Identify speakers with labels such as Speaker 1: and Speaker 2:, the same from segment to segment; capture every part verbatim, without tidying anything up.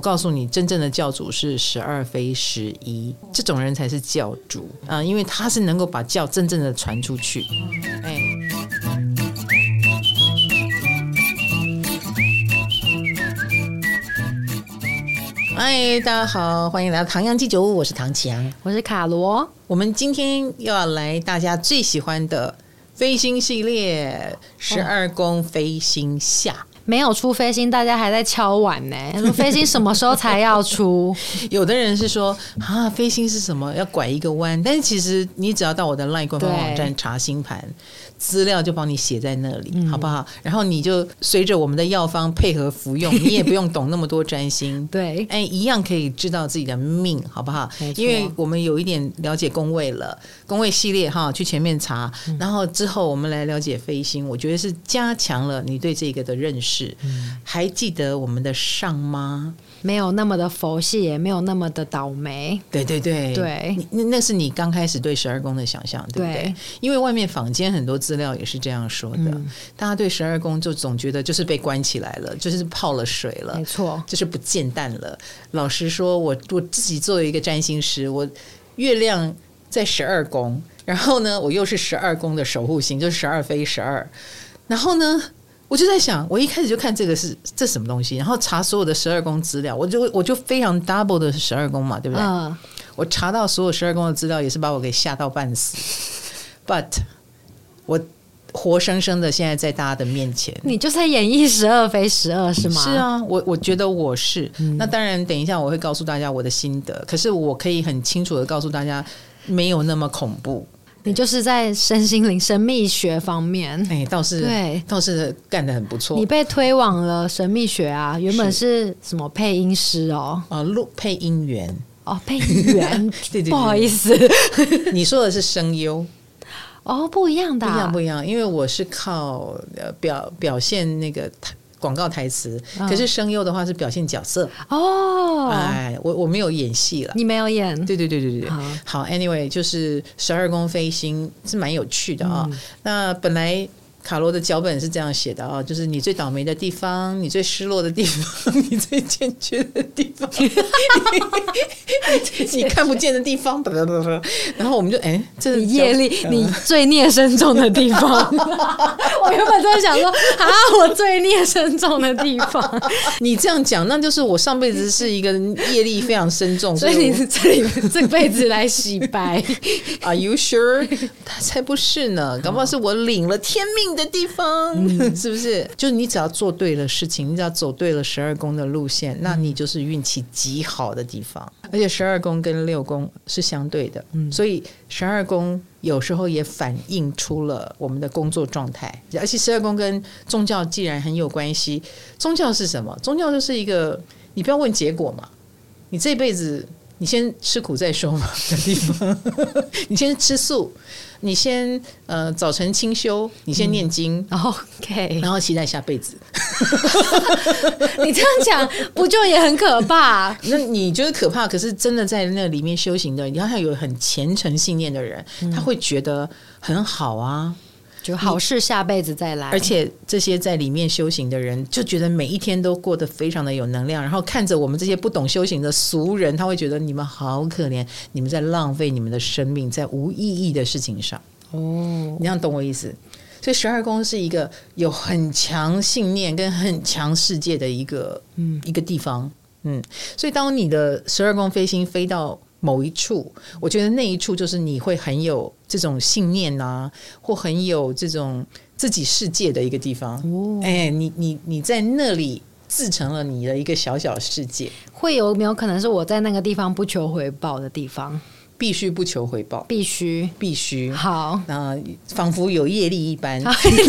Speaker 1: 告诉你，真正的教主是十二非十一，这种人才是教主啊、呃，因为他是能够把教真正的传出去。哎。嗨，大家好，欢迎来到唐阳鸡酒屋，我是唐强，
Speaker 2: 我是卡罗。
Speaker 1: 我们今天要来大家最喜欢的飞星系列十二宫飞星下。
Speaker 2: 没有出飞星，大家还在敲碗呢。说飞星什么时候才要出？
Speaker 1: 有的人是说啊，飞星是什么？要拐一个弯。但是其实你只要到我的 LINE 官方网站查星盘，资料就帮你写在那里，嗯、好不好？然后你就随着我们的药方配合服用，你也不用懂那么多占星，
Speaker 2: 对，
Speaker 1: 哎，一样可以知道自己的命，好不好？因为我们有一点了解宫位了，宫位系列哈，去前面查，嗯、然后之后我们来了解飞星，我觉得是加强了你对这个的认识。嗯、还记得我们的上吗？
Speaker 2: 没有那么的佛系，也没有那么的倒霉。
Speaker 1: 对对对
Speaker 2: 对，
Speaker 1: 那是你刚开始对十二宫的想象，对不对？对，因为外面坊间很多资料也是这样说的，嗯、大家对十二宫就总觉得就是被关起来了，就是泡了水了，
Speaker 2: 没错，
Speaker 1: 就是不见淡了。老实说，我我自己作为一个占星师，我月亮在十二宫，然后呢，我又是十二宫的守护星，就是十二飞十二，然后呢。我就在想，我一开始就看这个是这什么东西，然后查所有的十二宫资料，我就我就非常 double 的十二宫嘛，对不对？嗯、我查到所有十二宫的资料，也是把我给吓到半死。But 我活生生的现在在大家的面前，
Speaker 2: 你就在演绎十二飞十二是吗？
Speaker 1: 是啊，我我觉得我是。嗯、那当然，等一下我会告诉大家我的心得，可是我可以很清楚的告诉大家，没有那么恐怖。
Speaker 2: 你就是在身心灵神秘学方面，
Speaker 1: 哎，倒是对，倒是干得很不错。
Speaker 2: 你被推往了神秘学啊，原本是什么配音师哦，
Speaker 1: 啊，录配音员
Speaker 2: 哦，配音员，对对对，不好意思，
Speaker 1: 你说的是声优
Speaker 2: 哦，不一样的、啊，
Speaker 1: 不一样不一样，因为我是靠表表现那个。广告台词，可是声优的话是表现角色哦。哎，我我没有演戏了，
Speaker 2: 你没有演？
Speaker 1: 对对对对对。好, 好 ，anyway， 就是十二宫飞星是蛮有趣的啊、哦。嗯、那本来卡罗的脚本是这样写的啊、哦，就是你最倒霉的地方，你最失落的地方，你最欠缺的地方，你看不见的地方，然后我们就哎，这
Speaker 2: 你业力，你罪孽深重的地方。我原本在想说啊，我罪孽深重的地方。
Speaker 1: 你这样讲，那就是我上辈子是一个业力非常深重，
Speaker 2: 所以你这里这辈子来洗白。
Speaker 1: Are you sure？ 他才不是呢，搞不好是我领了天命的地方，嗯、是不是？就是你只要做对了事情，你只要走对了十二宫的路线，那你就是运气极好的地方。而且十二宫跟六宫是相对的，嗯、所以十二宫有时候也反映出了我们的工作状态。而且十二宫跟宗教既然很有关系，宗教是什么？宗教就是一个，你不要问结果嘛，你这辈子你先吃苦再说嘛的地方，你先吃素。你先呃早晨清修，你先念经、
Speaker 2: 嗯、，OK，
Speaker 1: 然后期待下辈子。
Speaker 2: 你这样讲不就也很可怕？
Speaker 1: 那你觉得可怕？可是真的在那里面修行的，你要有很虔诚信念的人，嗯、他会觉得很好啊。
Speaker 2: 就好事下辈子再来，
Speaker 1: 而且这些在里面修行的人就觉得每一天都过得非常的有能量，然后看着我们这些不懂修行的俗人，他会觉得你们好可怜，你们在浪费你们的生命在无意义的事情上。哦，你这样懂我意思？所以十二宫是一个有很强信念跟很强世界的一个、嗯、一个地方。嗯，所以当你的十二宫飞星飞到某一处，我觉得那一处就是你会很有这种信念啊，或很有这种自己世界的一个地方。哦，哎，你你你在那里自成了你的一个小小世界。
Speaker 2: 会有没有可能是我在那个地方不求回报的地方？
Speaker 1: 必须不求回报，
Speaker 2: 必须
Speaker 1: 必须
Speaker 2: 好，
Speaker 1: 呃，仿佛有业力一般。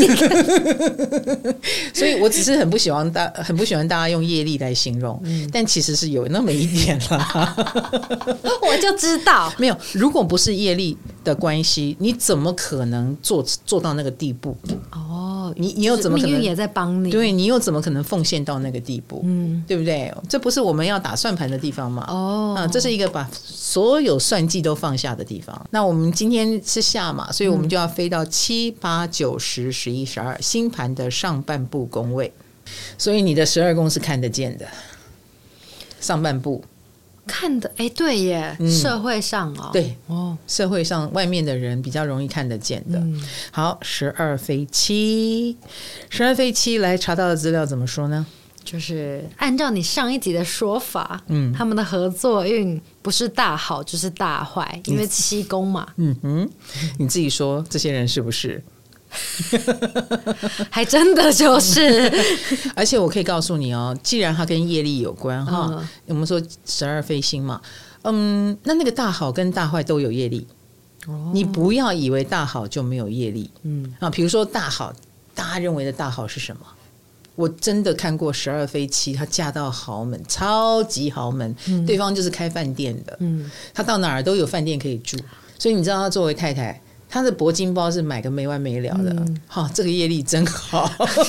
Speaker 1: 所以我只是很不喜欢大，很不喜欢大家用业力来形容，嗯、但其实是有那么一点啦。
Speaker 2: 我就知道，
Speaker 1: 没有，如果不是业力的关系，你怎么可能做做到那个地步？哦，你你又怎么可能？
Speaker 2: 命运也在帮你，
Speaker 1: 对，你又怎么可能奉献到那个地步？嗯，对不对？这不是我们要打算盘的地方吗？哦，啊，这是一个把所有算计都放下的地方。那我们今天是下嘛，所以我们就要飞到七八九十十一十二星盘的上半部宫位，所以你的十二宫是看得见的。 上半部
Speaker 2: 看的，哎，对耶，嗯、社会上哦，
Speaker 1: 对哦，社会上外面的人比较容易看得见的。嗯、好，十二飞七，十二飞七来查到的资料怎么说呢？
Speaker 2: 就是按照你上一集的说法，嗯，他们的合作运不是大好就是大坏，因为七宫嘛。嗯
Speaker 1: 哼，你自己说这些人是不是？
Speaker 2: 还真的就是，
Speaker 1: 而且我可以告诉你哦，既然它跟业力有关哈，嗯、我们说十二飞星嘛，嗯，那那个大好跟大坏都有业力。哦、你不要以为大好就没有业力，嗯啊，比如说大好，大家认为的大好是什么？我真的看过十二飞七，她嫁到豪门，超级豪门，嗯、对方就是开饭店的，嗯，她到哪儿都有饭店可以住，所以你知道她作为太太，她的铂金包是买个没完没了的，好、嗯哦，这个业力真好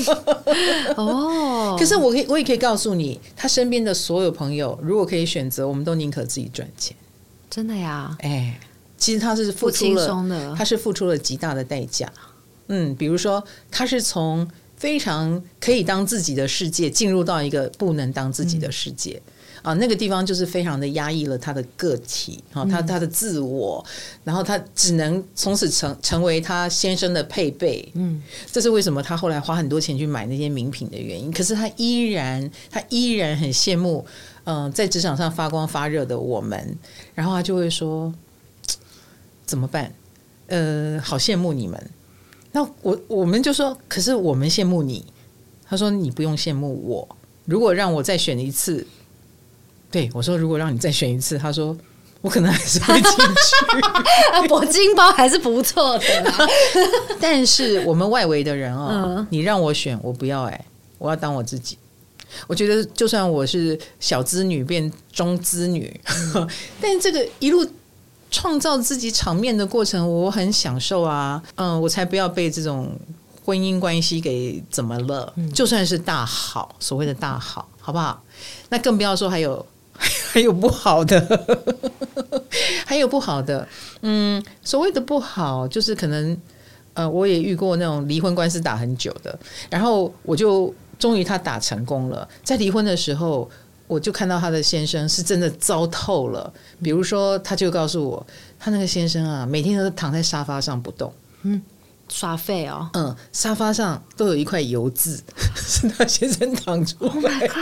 Speaker 1: 哦。可是我可以，我也可以告诉你，她身边的所有朋友，如果可以选择，我们都宁可自己赚钱，
Speaker 2: 真的呀，
Speaker 1: 哎，其实她是付出了，她是付出了极大的代价，嗯，比如说她是从非常可以当自己的世界进入到一个不能当自己的世界、嗯、啊，那个地方就是非常的压抑了他的个体、啊、他, 他的自我，然后他只能从此 成, 成为他先生的配备，嗯，这是为什么他后来花很多钱去买那些名品的原因。可是他依然他依然很羡慕、呃、在职场上发光发热的我们，然后他就会说怎么办，呃，好羡慕你们。那我我们就说，可是我们羡慕你。他说你不用羡慕我，如果让我再选一次，对我说如果让你再选一次，他说我可能还是会进去。
Speaker 2: 铂金包还是不错的啦。
Speaker 1: 但是我们外围的人哦，嗯、你让我选，我不要哎、欸，我要当我自己。我觉得就算我是小资女变中资女，嗯、但这个一路创造自己场面的过程我很享受啊，嗯，我才不要被这种婚姻关系给怎么了、嗯、就算是大好，所谓的大好，好不好？那更不要说还有还有不好的还有不好的，嗯，所谓的不好就是可能呃，我也遇过那种离婚官司打很久的，然后我就终于他打成功了，在离婚的时候我就看到他的先生是真的糟透了，比如说他就告诉我他那个先生啊，每天都躺在沙发上不动，
Speaker 2: 嗯，耍废哦，
Speaker 1: 嗯，沙发上都有一块油渍是他先生躺出来的。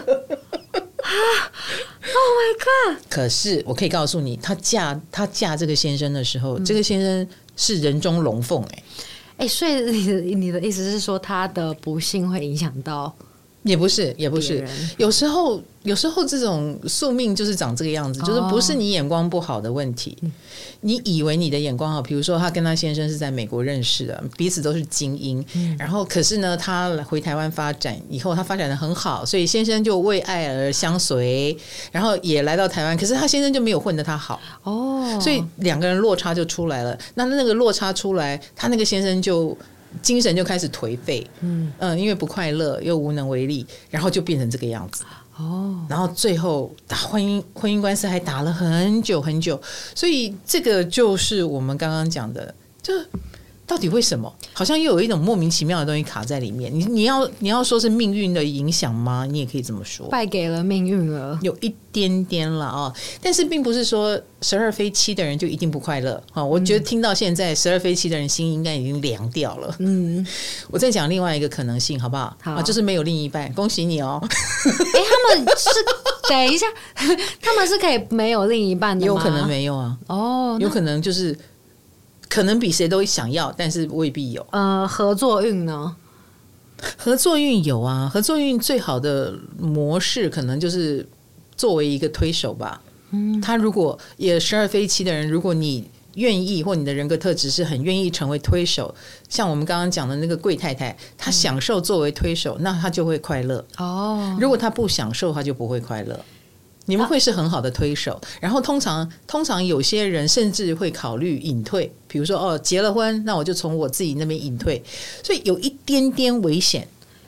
Speaker 2: Oh my god！
Speaker 1: 可是我可以告诉你，他嫁他嫁这个先生的时候、嗯、这个先生是人中龙凤哎、欸
Speaker 2: 欸、所以你的你的意思是说他的不幸会影响到？
Speaker 1: 也不是也不是，有时候有时候这种宿命就是长这个样子，就是不是你眼光不好的问题、哦、你以为你的眼光好，比如说他跟他先生是在美国认识的，彼此都是精英、嗯、然后可是呢他回台湾发展以后他发展得很好，所以先生就为爱而相随，然后也来到台湾，可是他先生就没有混得他好哦，所以两个人落差就出来了，那那个落差出来，他那个先生就精神就开始颓废，嗯嗯，因为不快乐又无能为力，然后就变成这个样子哦。然后最后打婚姻婚姻官司还打了很久很久，所以这个就是我们刚刚讲的，就到底为什么？好像又有一种莫名其妙的东西卡在里面。你你要你要说是命运的影响吗？你也可以这么说，
Speaker 2: 败给了命运了，
Speaker 1: 有一点点了啊、哦。但是并不是说十二飞七的人就一定不快乐啊、哦。我觉得听到现在十二飞七的人心应该已经凉掉了。嗯，我再讲另外一个可能性，好不好？好啊，就是没有另一半，恭喜你哦。哎、
Speaker 2: 欸，他们是等一下，他们是可以没有另一半的吗？
Speaker 1: 有可能没有啊。哦，有可能就是。可能比谁都想要，但是未必有。
Speaker 2: 呃，合作运呢？
Speaker 1: 合作运有啊，合作运最好的模式可能就是作为一个推手吧。嗯，他如果也十二飞七的人，如果你愿意或你的人格特质是很愿意成为推手，像我们刚刚讲的那个贵太太，她享受作为推手，那她就会快乐。哦，如果她不享受，她就不会快乐。你们会是很好的推手，然后通常通常有些人甚至会考虑隐退，比如说哦结了婚，那我就从我自己那边隐退，所以有一点点危险。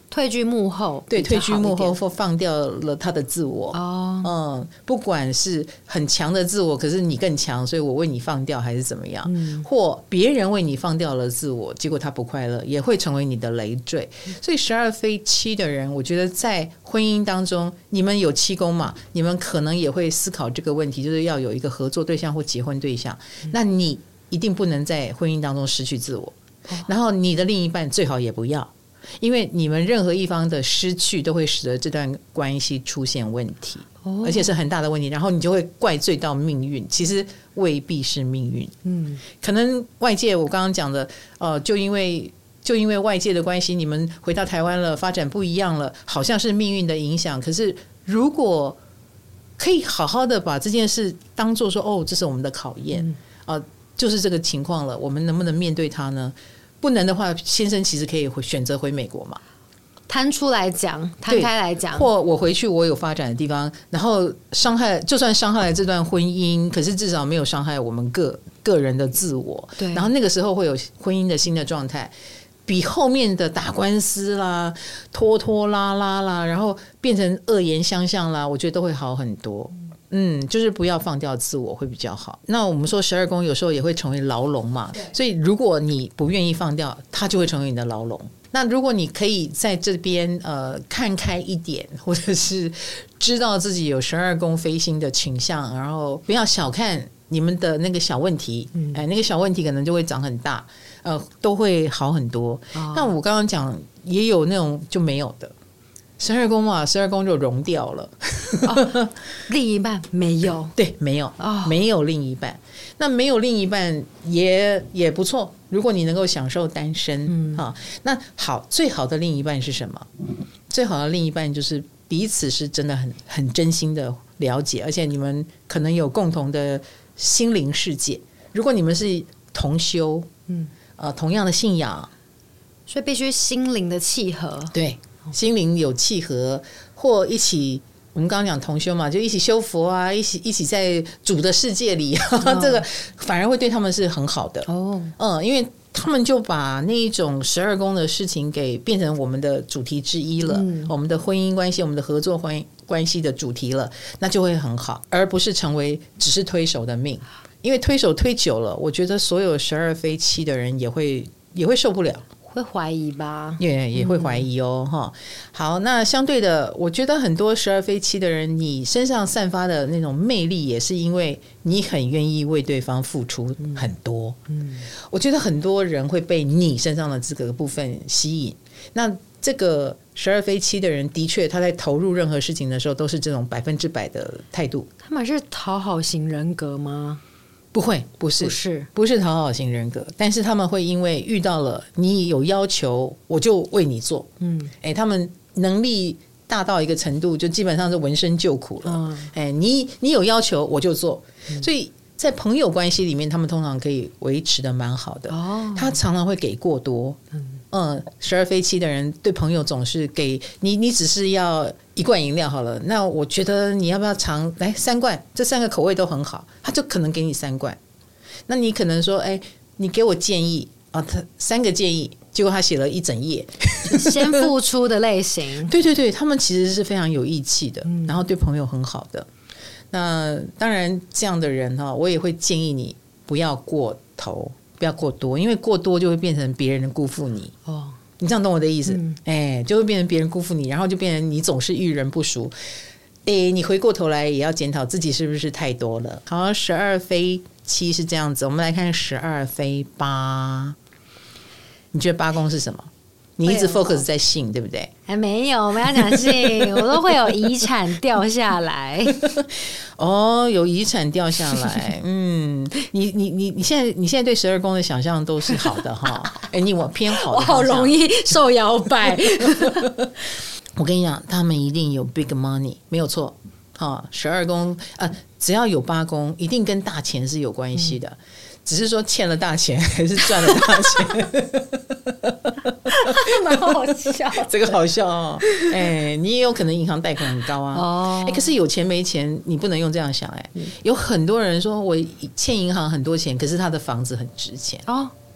Speaker 2: 退居幕后，
Speaker 1: 对，退居幕后或放掉了他的自我。
Speaker 2: 哦，
Speaker 1: 嗯，不管是很强的自我，可是你更强，所以我为你放掉，还是怎么样？嗯，或别人为你放掉了自我，结果他不快乐，也会成为你的累赘。所以十二飞七的人，我觉得在婚姻当中，你们有七宫嘛，你们可能也会思考这个问题，就是要有一个合作对象或结婚对象。嗯，那你一定不能在婚姻当中失去自我，然后你的另一半最好也不要。因为你们任何一方的失去都会使得这段关系出现问题，哦，而且是很大的问题，然后你就会怪罪到命运，其实未必是命运。嗯，可能外界我刚刚讲的，呃，就因为就因为外界的关系，你们回到台湾了，发展不一样了，好像是命运的影响。可是如果可以好好的把这件事当作说，哦，这是我们的考验，嗯，呃，就是这个情况了，我们能不能面对它呢？不能的话，先生其实可以选择回美国嘛，
Speaker 2: 摊出来讲，摊开来讲，
Speaker 1: 或我回去我有发展的地方，然后伤害，就算伤害了这段婚姻，可是至少没有伤害我们个个人的自我。对，然后那个时候会有婚姻的新的状态，比后面的打官司啦、拖拖拉拉啦，然后变成恶言相向啦，我觉得都会好很多。嗯，就是不要放掉自我会比较好。那我们说十二宫有时候也会成为牢笼嘛，所以如果你不愿意放掉，它就会成为你的牢笼。那如果你可以在这边呃看开一点，或者是知道自己有十二宫飞星的倾向，然后不要小看你们的那个小问题，嗯，哎，那个小问题可能就会长很大，呃，都会好很多。哦，那我刚刚讲也有那种就没有的。十二宫嘛，十二宫就融掉了，
Speaker 2: 哦，另一半没有，
Speaker 1: 对，没有，哦，没有另一半。那没有另一半也也不错，如果你能够享受单身，嗯，啊，那好，最好的另一半是什么？最好的另一半就是彼此是真的很很真心的了解，而且你们可能有共同的心灵世界。如果你们是同修，嗯，呃，同样的信仰，
Speaker 2: 所以必须心灵的契合，
Speaker 1: 对。心灵有契合，或一起，我们刚刚讲同修嘛，就一起修佛啊，一起一起在主的世界里，哦，这个反而会对他们是很好的哦。嗯，因为他们就把那一种十二宫的事情给变成我们的主题之一了，嗯，我们的婚姻关系、我们的合作关关系的主题了，那就会很好，而不是成为只是推手的命。因为推手推久了，我觉得所有十二飞七的人也会也会受不了。
Speaker 2: 会怀疑吧，
Speaker 1: 也也会怀疑哦，哈，嗯。好，那相对的，我觉得很多十二飞七的人，你身上散发的那种魅力，也是因为你很愿意为对方付出很多。嗯，我觉得很多人会被你身上的这个部分吸引。那这个十二飞七的人，的确他在投入任何事情的时候，都是这种百分之百的态度。
Speaker 2: 他们是讨好型人格吗？
Speaker 1: 不会，不是，
Speaker 2: 不是，
Speaker 1: 不是讨好型人格，但是他们会因为遇到了你有要求，我就为你做。嗯，哎，他们能力大到一个程度，就基本上是闻声救苦了。嗯，哎，你你有要求我就做，嗯，所以在朋友关系里面，他们通常可以维持的蛮好的。哦，他常常会给过多。嗯。嗯，十二飞七的人对朋友总是给你，你只是要一罐饮料好了，那我觉得你要不要尝来三罐，这三个口味都很好，他就可能给你三罐。那你可能说，哎，你给我建议啊，他三个建议，结果他写了一整页，
Speaker 2: 先付出的类型。
Speaker 1: 对对对，他们其实是非常有义气的，然后对朋友很好的。那当然，这样的人哈，我也会建议你不要过头。不要过多，因为过多就会变成别人辜负你。哦，你这样懂我的意思？嗯，哎，就会变成别人辜负你，然后就变成你总是遇人不淑。哎，你回过头来也要检讨自己是不是太多了。好，十二飞七是这样子，我们来看十二飞八。你觉得八宫是什么？你一直 focus 在性，对不对？
Speaker 2: 还没有，我们要讲性，我都会有遗产掉下来。
Speaker 1: 哦，有遗产掉下来，嗯，你你你你现在你现在对十二宫的想象都是好的哈，哎，你我偏好的，
Speaker 2: 我好容易受摇摆。
Speaker 1: 我跟你讲，他们一定有 big money， 没有错。啊，十二宫啊，只要有八宫，一定跟大钱是有关系的。嗯，只是说欠了大钱还是赚了大钱。
Speaker 2: 蛮好笑，
Speaker 1: 这个好笑哦。哎，你也有可能银行贷款很高啊。哦，哎，可是有钱没钱，你不能用这样想。哎，有很多人说我欠银行很多钱，可是他的房子很值钱哦。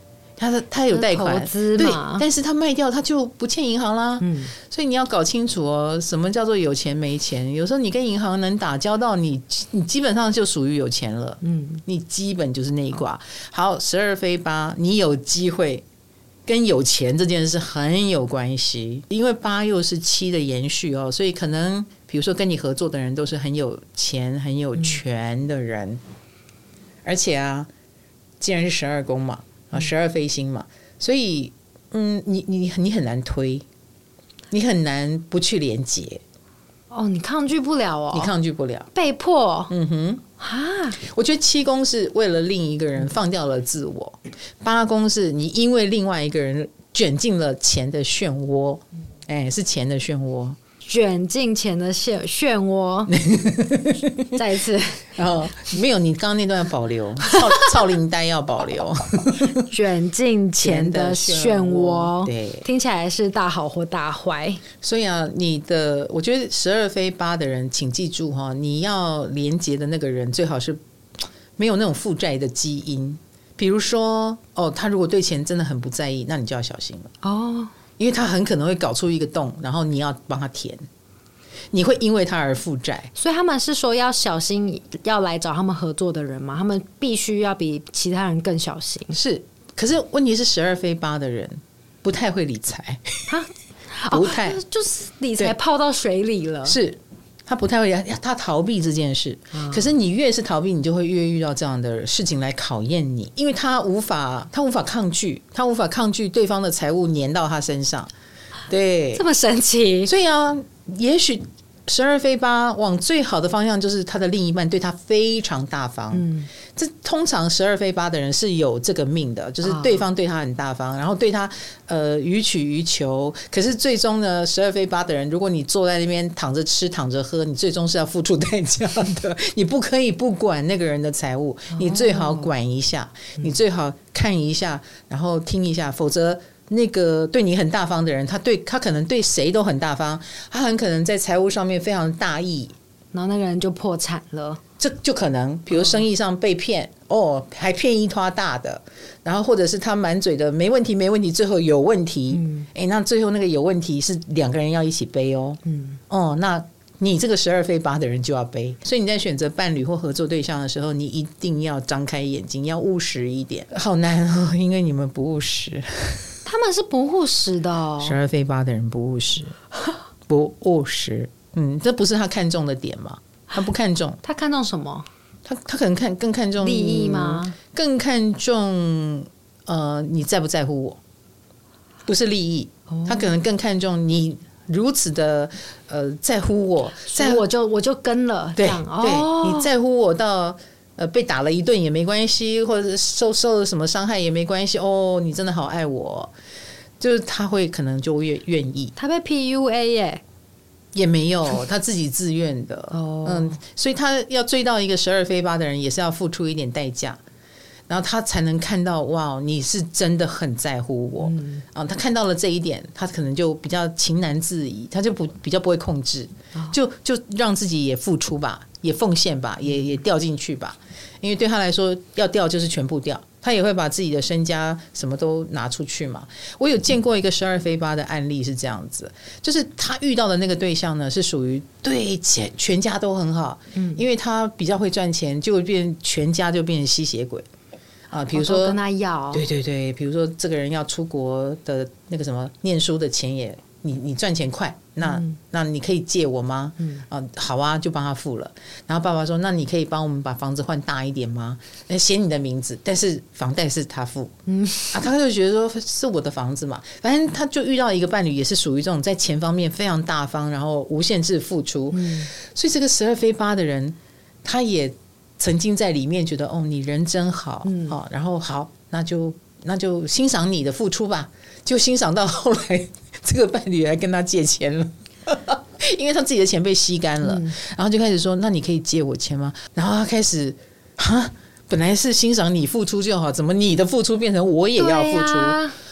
Speaker 1: 他他有贷款
Speaker 2: 投资嘛，
Speaker 1: 对，但是他卖掉他就不欠银行啦。嗯，所以你要搞清楚哦，什么叫做有钱没钱？有时候你跟银行能打交道，你你基本上就属于有钱了。嗯，你基本就是那一卦。好，十二飞八，你有机会。跟有钱这件事很有关系，因为八又是七的延续哦，所以可能比如说跟你合作的人都是很有钱、很有权的人，嗯、而且啊，既然是十二宫嘛，啊，十二飞星嘛，所以嗯，你你你很难推，你很难不去连接。
Speaker 2: 哦，你抗拒不了哦，
Speaker 1: 你抗拒不了，
Speaker 2: 被迫。
Speaker 1: 嗯哼。啊，我觉得七宫是为了另一个人放掉了自我，八宫是你因为另外一个人卷进了钱的漩涡，哎，是钱的漩涡，
Speaker 2: 卷进钱的漩漩涡。再一次，
Speaker 1: 然后没有，你刚刚那段要保留，操操灵呆要保留，
Speaker 2: 卷进钱的漩涡，
Speaker 1: 对，
Speaker 2: 听起来是大好或大坏。
Speaker 1: 所以啊，你的我觉得十二飞八的人，请记住哈，你要连接的那个人最好是没有那种负债的基因，比如说哦，他如果对钱真的很不在意，那你就要小心了哦。因为他很可能会搞出一个洞，然后你要帮他填，你会因为他而负债。
Speaker 2: 所以他们是说要小心，要来找他们合作的人嘛，他们必须要比其他人更小心。
Speaker 1: 是，可是问题是十二飞八的人不太会理财啊，不太、
Speaker 2: 哦、就是理财泡到水里了。
Speaker 1: 是。他不太会，他逃避这件事、嗯、可是你越是逃避，你就会越遇到这样的事情来考验你，因为他无法他无法抗拒他无法抗拒对方的财物粘到他身上。对，
Speaker 2: 这么神奇。
Speaker 1: 所以啊，也许十二飞八往最好的方向就是他的另一半对他非常大方、嗯、这通常十二飞八的人是有这个命的，就是对方对他很大方、哦、然后对他呃予取予求，可是最终呢，十二飞八的人如果你坐在那边躺着吃躺着喝，你最终是要付出代价的。你不可以不管那个人的财物，你最好管一下、哦、你最好看一下然后听一下，否则那个对你很大方的人，他对他可能对谁都很大方，他很可能在财务上面非常大意，
Speaker 2: 然后那个人就破产了。
Speaker 1: 这就可能比如生意上被骗、哦, 哦还骗一拖大的，然后或者是他满嘴的没问题没问题，最后有问题、嗯、那最后那个有问题是两个人要一起背哦、嗯、哦那你这个十二飞八的人就要背。所以你在选择伴侣或合作对象的时候，你一定要张开眼睛，要务实一点。好难哦，因为你们不务实。
Speaker 2: 他们是不务实的哦，
Speaker 1: 十二飞八的人不务实，不务实，嗯，这不是他看重的点吗？他不看重，
Speaker 2: 他看重什么？
Speaker 1: 他他可能看更看重
Speaker 2: 利益吗？
Speaker 1: 更看重呃，你在不在乎我？不是利益，哦、他可能更看重你如此的呃在乎我，
Speaker 2: 在我就我就跟了，
Speaker 1: 对
Speaker 2: 这样
Speaker 1: 对、
Speaker 2: 哦，
Speaker 1: 你在乎我到。呃，被打了一顿也没关系，或者受受了什么伤害也没关系。哦，你真的好爱我，就是他会可能就越愿意。
Speaker 2: 他被 P U A 耶，
Speaker 1: 也没有，他自己自愿的。哦，嗯，所以他要追到一个十二飞八的人，也是要付出一点代价，然后他才能看到哇，你是真的很在乎我。嗯、啊，他看到了这一点，他可能就比较情难自已，他就不比较不会控制，哦、就就让自己也付出吧。也奉献吧，也也掉进去吧，因为对他来说，要掉就是全部掉，他也会把自己的身家什么都拿出去嘛。我有见过一个十二飞八的案例是这样子，就是他遇到的那个对象呢，是属于对钱全家都很好，嗯，因为他比较会赚钱，就会变全家就变成吸血鬼啊。比如说
Speaker 2: 跟他要，
Speaker 1: 对对对，比如说这个人要出国的那个什么念书的钱也。你你赚钱快，那、嗯、那你可以借我吗？嗯啊，好啊，就帮他付了。然后爸爸说：“那你可以帮我们把房子换大一点吗？写你的名字，但是房贷是他付。”嗯啊，他就觉得说是我的房子嘛。反正他就遇到一个伴侣，也是属于这种在钱方面非常大方，然后无限制付出。嗯，所以这个十二飞八的人，他也曾经在里面觉得哦，你人真好，嗯，好，然后好，那就那就欣赏你的付出吧。就欣赏到后来，这个伴侣来跟他借钱了，因为他自己的钱被吸干了，嗯、然后就开始说：“那你可以借我钱吗？”然后他开始哈，本来是欣赏你付出就好，怎么你的付出变成我也要付出？啊、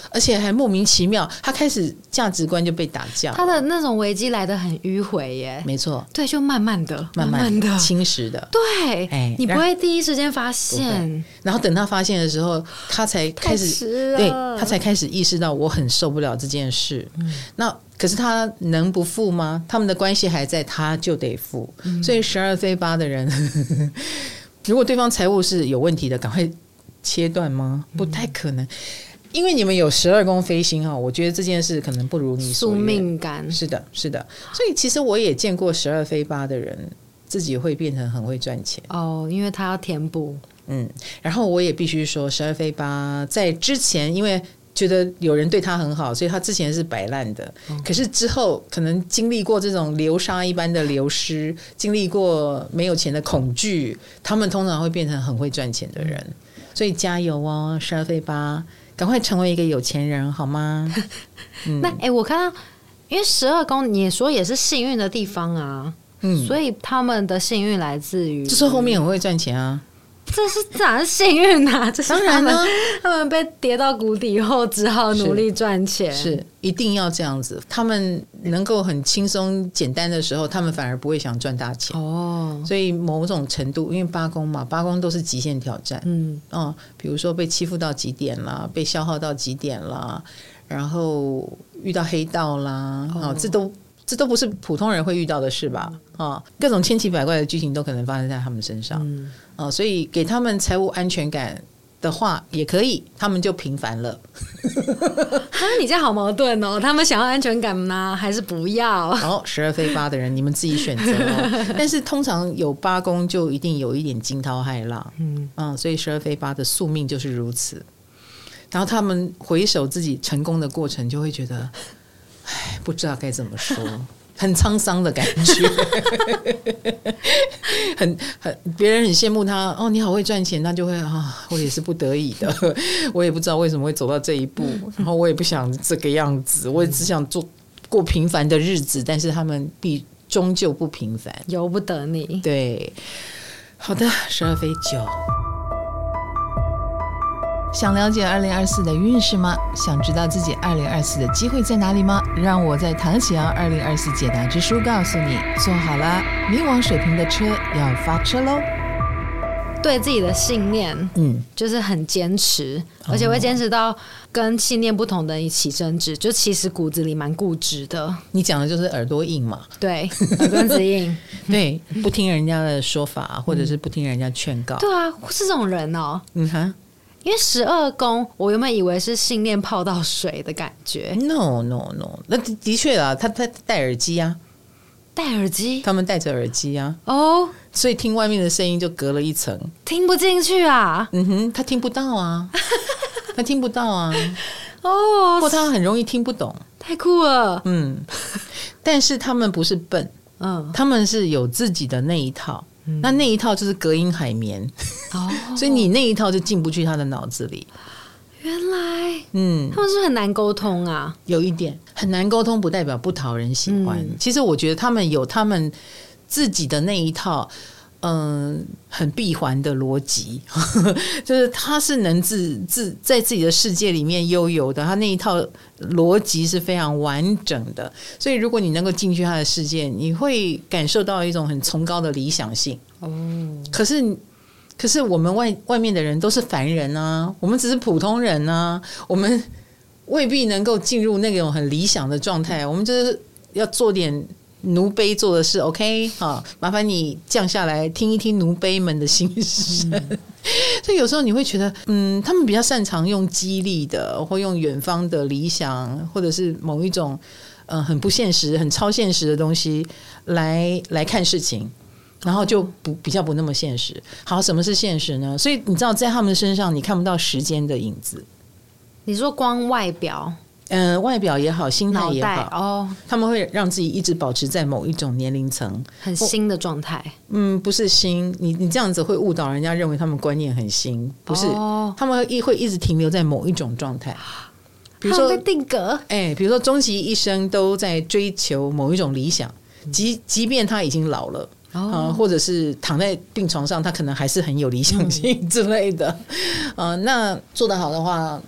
Speaker 1: 而且还莫名其妙，他开始价值观就被打架，
Speaker 2: 他的那种危机来得很迂回耶。
Speaker 1: 没错，
Speaker 2: 对，就慢慢的、
Speaker 1: 慢慢
Speaker 2: 的
Speaker 1: 侵蚀的，
Speaker 2: 对，
Speaker 1: 哎，
Speaker 2: 你不会第一时间发现，
Speaker 1: 然后等他发现的时候，他才开始，对，他才开始意识到我很受不了这件事。嗯、那可是他能不付吗？他们的关系还在，他就得付。嗯、所以十二飞八的人，如果对方财务是有问题的，赶快切断吗？不太可能。因为你们有十二宫飞星哈，我觉得这件事可能不如你所愿。
Speaker 2: 宿命感
Speaker 1: 是的，是的。所以其实我也见过十二飞八的人，自己会变成很会赚钱
Speaker 2: 哦，因为他要填补。
Speaker 1: 嗯，然后我也必须说，十二飞八在之前，因为觉得有人对他很好，所以他之前是摆烂的。嗯、可是之后可能经历过这种流沙一般的流失，经历过没有钱的恐惧，他们通常会变成很会赚钱的人。嗯、所以加油哦，十二飞八。赶快成为一个有钱人好吗？嗯、
Speaker 2: 那哎、欸，我看到，因为十二宫你说也是幸运的地方啊，嗯，所以他们的幸运来自于，
Speaker 1: 就是后面很会赚钱啊。
Speaker 2: 这是自然是幸运啊，这是
Speaker 1: 当然呢，
Speaker 2: 他们被跌到谷底后，只好努力赚钱，
Speaker 1: 是, 是一定要这样子。他们能够很轻松简单的时候，他们反而不会想赚大钱哦。所以某种程度，因为八宫嘛，八宫都是极限挑战，嗯哦，比如说被欺负到极点啦，被消耗到极点啦，然后遇到黑道啦，哦，这都。这都不是普通人会遇到的事吧？哦、各种千奇百怪的剧情都可能发生在他们身上、嗯哦、所以给他们财务安全感的话也可以，他们就平凡了。
Speaker 2: 哈，你这样好矛盾哦！他们想要安全感呢，还是不要？
Speaker 1: 然后十二飞八的人，你们自己选择哦。但是通常有八宫就一定有一点惊涛骇浪，嗯嗯，所以十二飞八的宿命就是如此。然后他们回首自己成功的过程，就会觉得。唉，不知道该怎么说，很沧桑的感觉，很很别人很羡慕他哦，你好会赚钱，他就会啊，我也是不得已的，我也不知道为什么会走到这一步，然后我也不想这个样子，我也只想做过平凡的日子，但是他们必终究不平凡，
Speaker 2: 由不得你。
Speaker 1: 对，好的，十二飞九。想了解二零二四的运势吗？想知道自己二零二四的机会在哪里吗？让我在唐启阳二零二四解答之书告诉你。坐好了，冥王水瓶的车要发车咯。
Speaker 2: 对自己的信念，嗯，就是很坚持，而且会坚持到跟信念不同的人一起争执，就其实骨子里蛮固执的。
Speaker 1: 你讲的就是耳朵硬嘛？
Speaker 2: 对，耳根子硬。
Speaker 1: 对，不听人家的说法，或者是不听人家劝告。
Speaker 2: 对啊，是这种人哦。嗯哼。因为十二宫，我原本以为是信念泡到水的感觉。
Speaker 1: No No No， 那的确啦，他他戴耳机啊，
Speaker 2: 戴耳机，
Speaker 1: 他们戴着耳机啊，
Speaker 2: 哦，
Speaker 1: 所以听外面的声音就隔了一层，
Speaker 2: 听不进去啊。
Speaker 1: 嗯哼，他听不到啊，他听不到啊，
Speaker 2: 哦，
Speaker 1: 或他很容易听不懂，
Speaker 2: 太酷了。
Speaker 1: 嗯，但是他们不是笨，嗯，他们是有自己的那一套。那那一套就是隔音海绵、哦、所以你那一套就进不去他的脑子里。
Speaker 2: 原来嗯，他们是不是很难沟通啊？
Speaker 1: 有一点很难沟通，不代表不讨人喜欢、嗯、其实我觉得他们有他们自己的那一套嗯、呃，很闭环的逻辑，就是他是能自自在自己的世界里面悠游的，他那一套逻辑是非常完整的，所以如果你能够进去他的世界，你会感受到一种很崇高的理想性。哦，可是可是我们外外面的人都是凡人啊，我们只是普通人啊，我们未必能够进入那种很理想的状态，我们就是要做点奴婢做的事 OK 好，麻烦你降下来听一听奴婢们的心声、嗯、所以有时候你会觉得嗯，他们比较擅长用激励的或用远方的理想或者是某一种、呃、很不现实很超现实的东西来来看事情，然后就不比较不那么现实。好，什么是现实呢？所以你知道在他们身上你看不到时间的影子。
Speaker 2: 你说光外表
Speaker 1: 呃，外表也好，心态也好，
Speaker 2: 哦，
Speaker 1: 他们会让自己一直保持在某一种年龄层，
Speaker 2: 很新的状态。
Speaker 1: 嗯，不是新，你你这样子会误导人家，认为他们观念很新，不是，哦、他们会会一直停留在某一种状态。比如说
Speaker 2: 被定格，
Speaker 1: 哎、欸，比如说终其一生都在追求某一种理想，即即便他已经老了。哦呃、或者是躺在病床上，他可能还是很有理想性之类的。嗯呃、那做得好的话。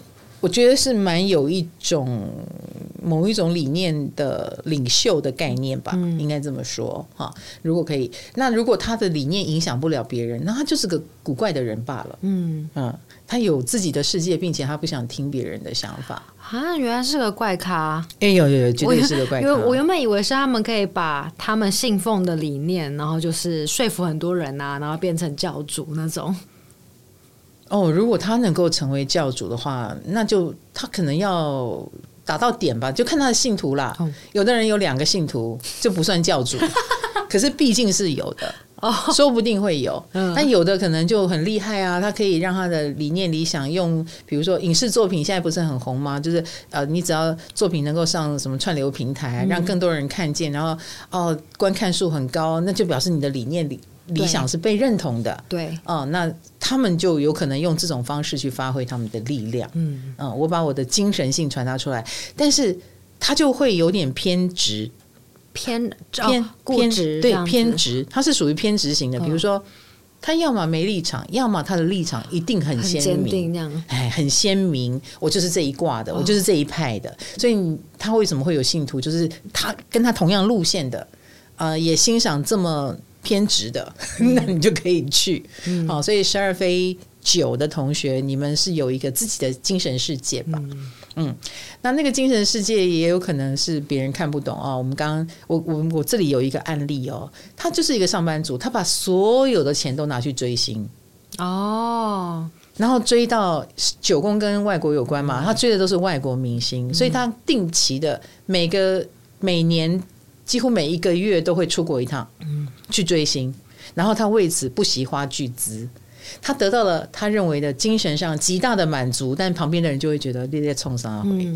Speaker 1: 我觉得是蛮有一种某一种理念的领袖的概念吧，嗯、应该这么说哈。如果可以，那如果他的理念影响不了别人，那他就是个古怪的人罢了。嗯嗯，他有自己的世界，并且他不想听别人的想法。
Speaker 2: 啊，原来是个怪咖！
Speaker 1: 哎、欸，有有有，绝对是个怪咖。
Speaker 2: 我, 我原本以为是他们可以把他们信奉的理念，然后就是说服很多人啊，然后变成教主那种。
Speaker 1: 哦，如果他能够成为教主的话，那就他可能要打到点吧，就看他的信徒啦。哦、有的人有两个信徒就不算教主，可是毕竟是有的。哦，说不定会有，嗯、但有的可能就很厉害啊，他可以让他的理念理想用，比如说影视作品现在不是很红吗？就是呃，你只要作品能够上什么串流平台，让更多人看见，然后哦观看数很高，那就表示你的理念理理想是被认同的。
Speaker 2: 对，
Speaker 1: 哦、呃，那他们就有可能用这种方式去发挥他们的力量。嗯嗯、呃，我把我的精神性传达出来，但是他就会有点偏执。
Speaker 2: 偏
Speaker 1: 偏、哦、
Speaker 2: 固执，
Speaker 1: 对偏执，他是属于偏执型的。比如说，他要么没立场，要么他的立场一定很鲜明，哎，很鲜明。我就是这一挂的，哦、我就是这一派的。所以他为什么会有信徒？就是他跟他同样路线的，呃，也欣赏这么偏执的，嗯、那你就可以去。嗯、好，所以十二飞九的同学，你们是有一个自己的精神世界吧？嗯嗯，那那个精神世界也有可能是别人看不懂哦。我们刚刚我我我这里有一个案例哦，他就是一个上班族，他把所有的钱都拿去追星哦，然后追到九宫跟外国有关嘛，他追的都是外国明星，所以他定期的每个每年几乎每一个月都会出国一趟，去追星，然后他为此不惜花巨资。他得到了他认为的精神上极大的满足，但旁边的人就会觉得你在冲啥回、嗯、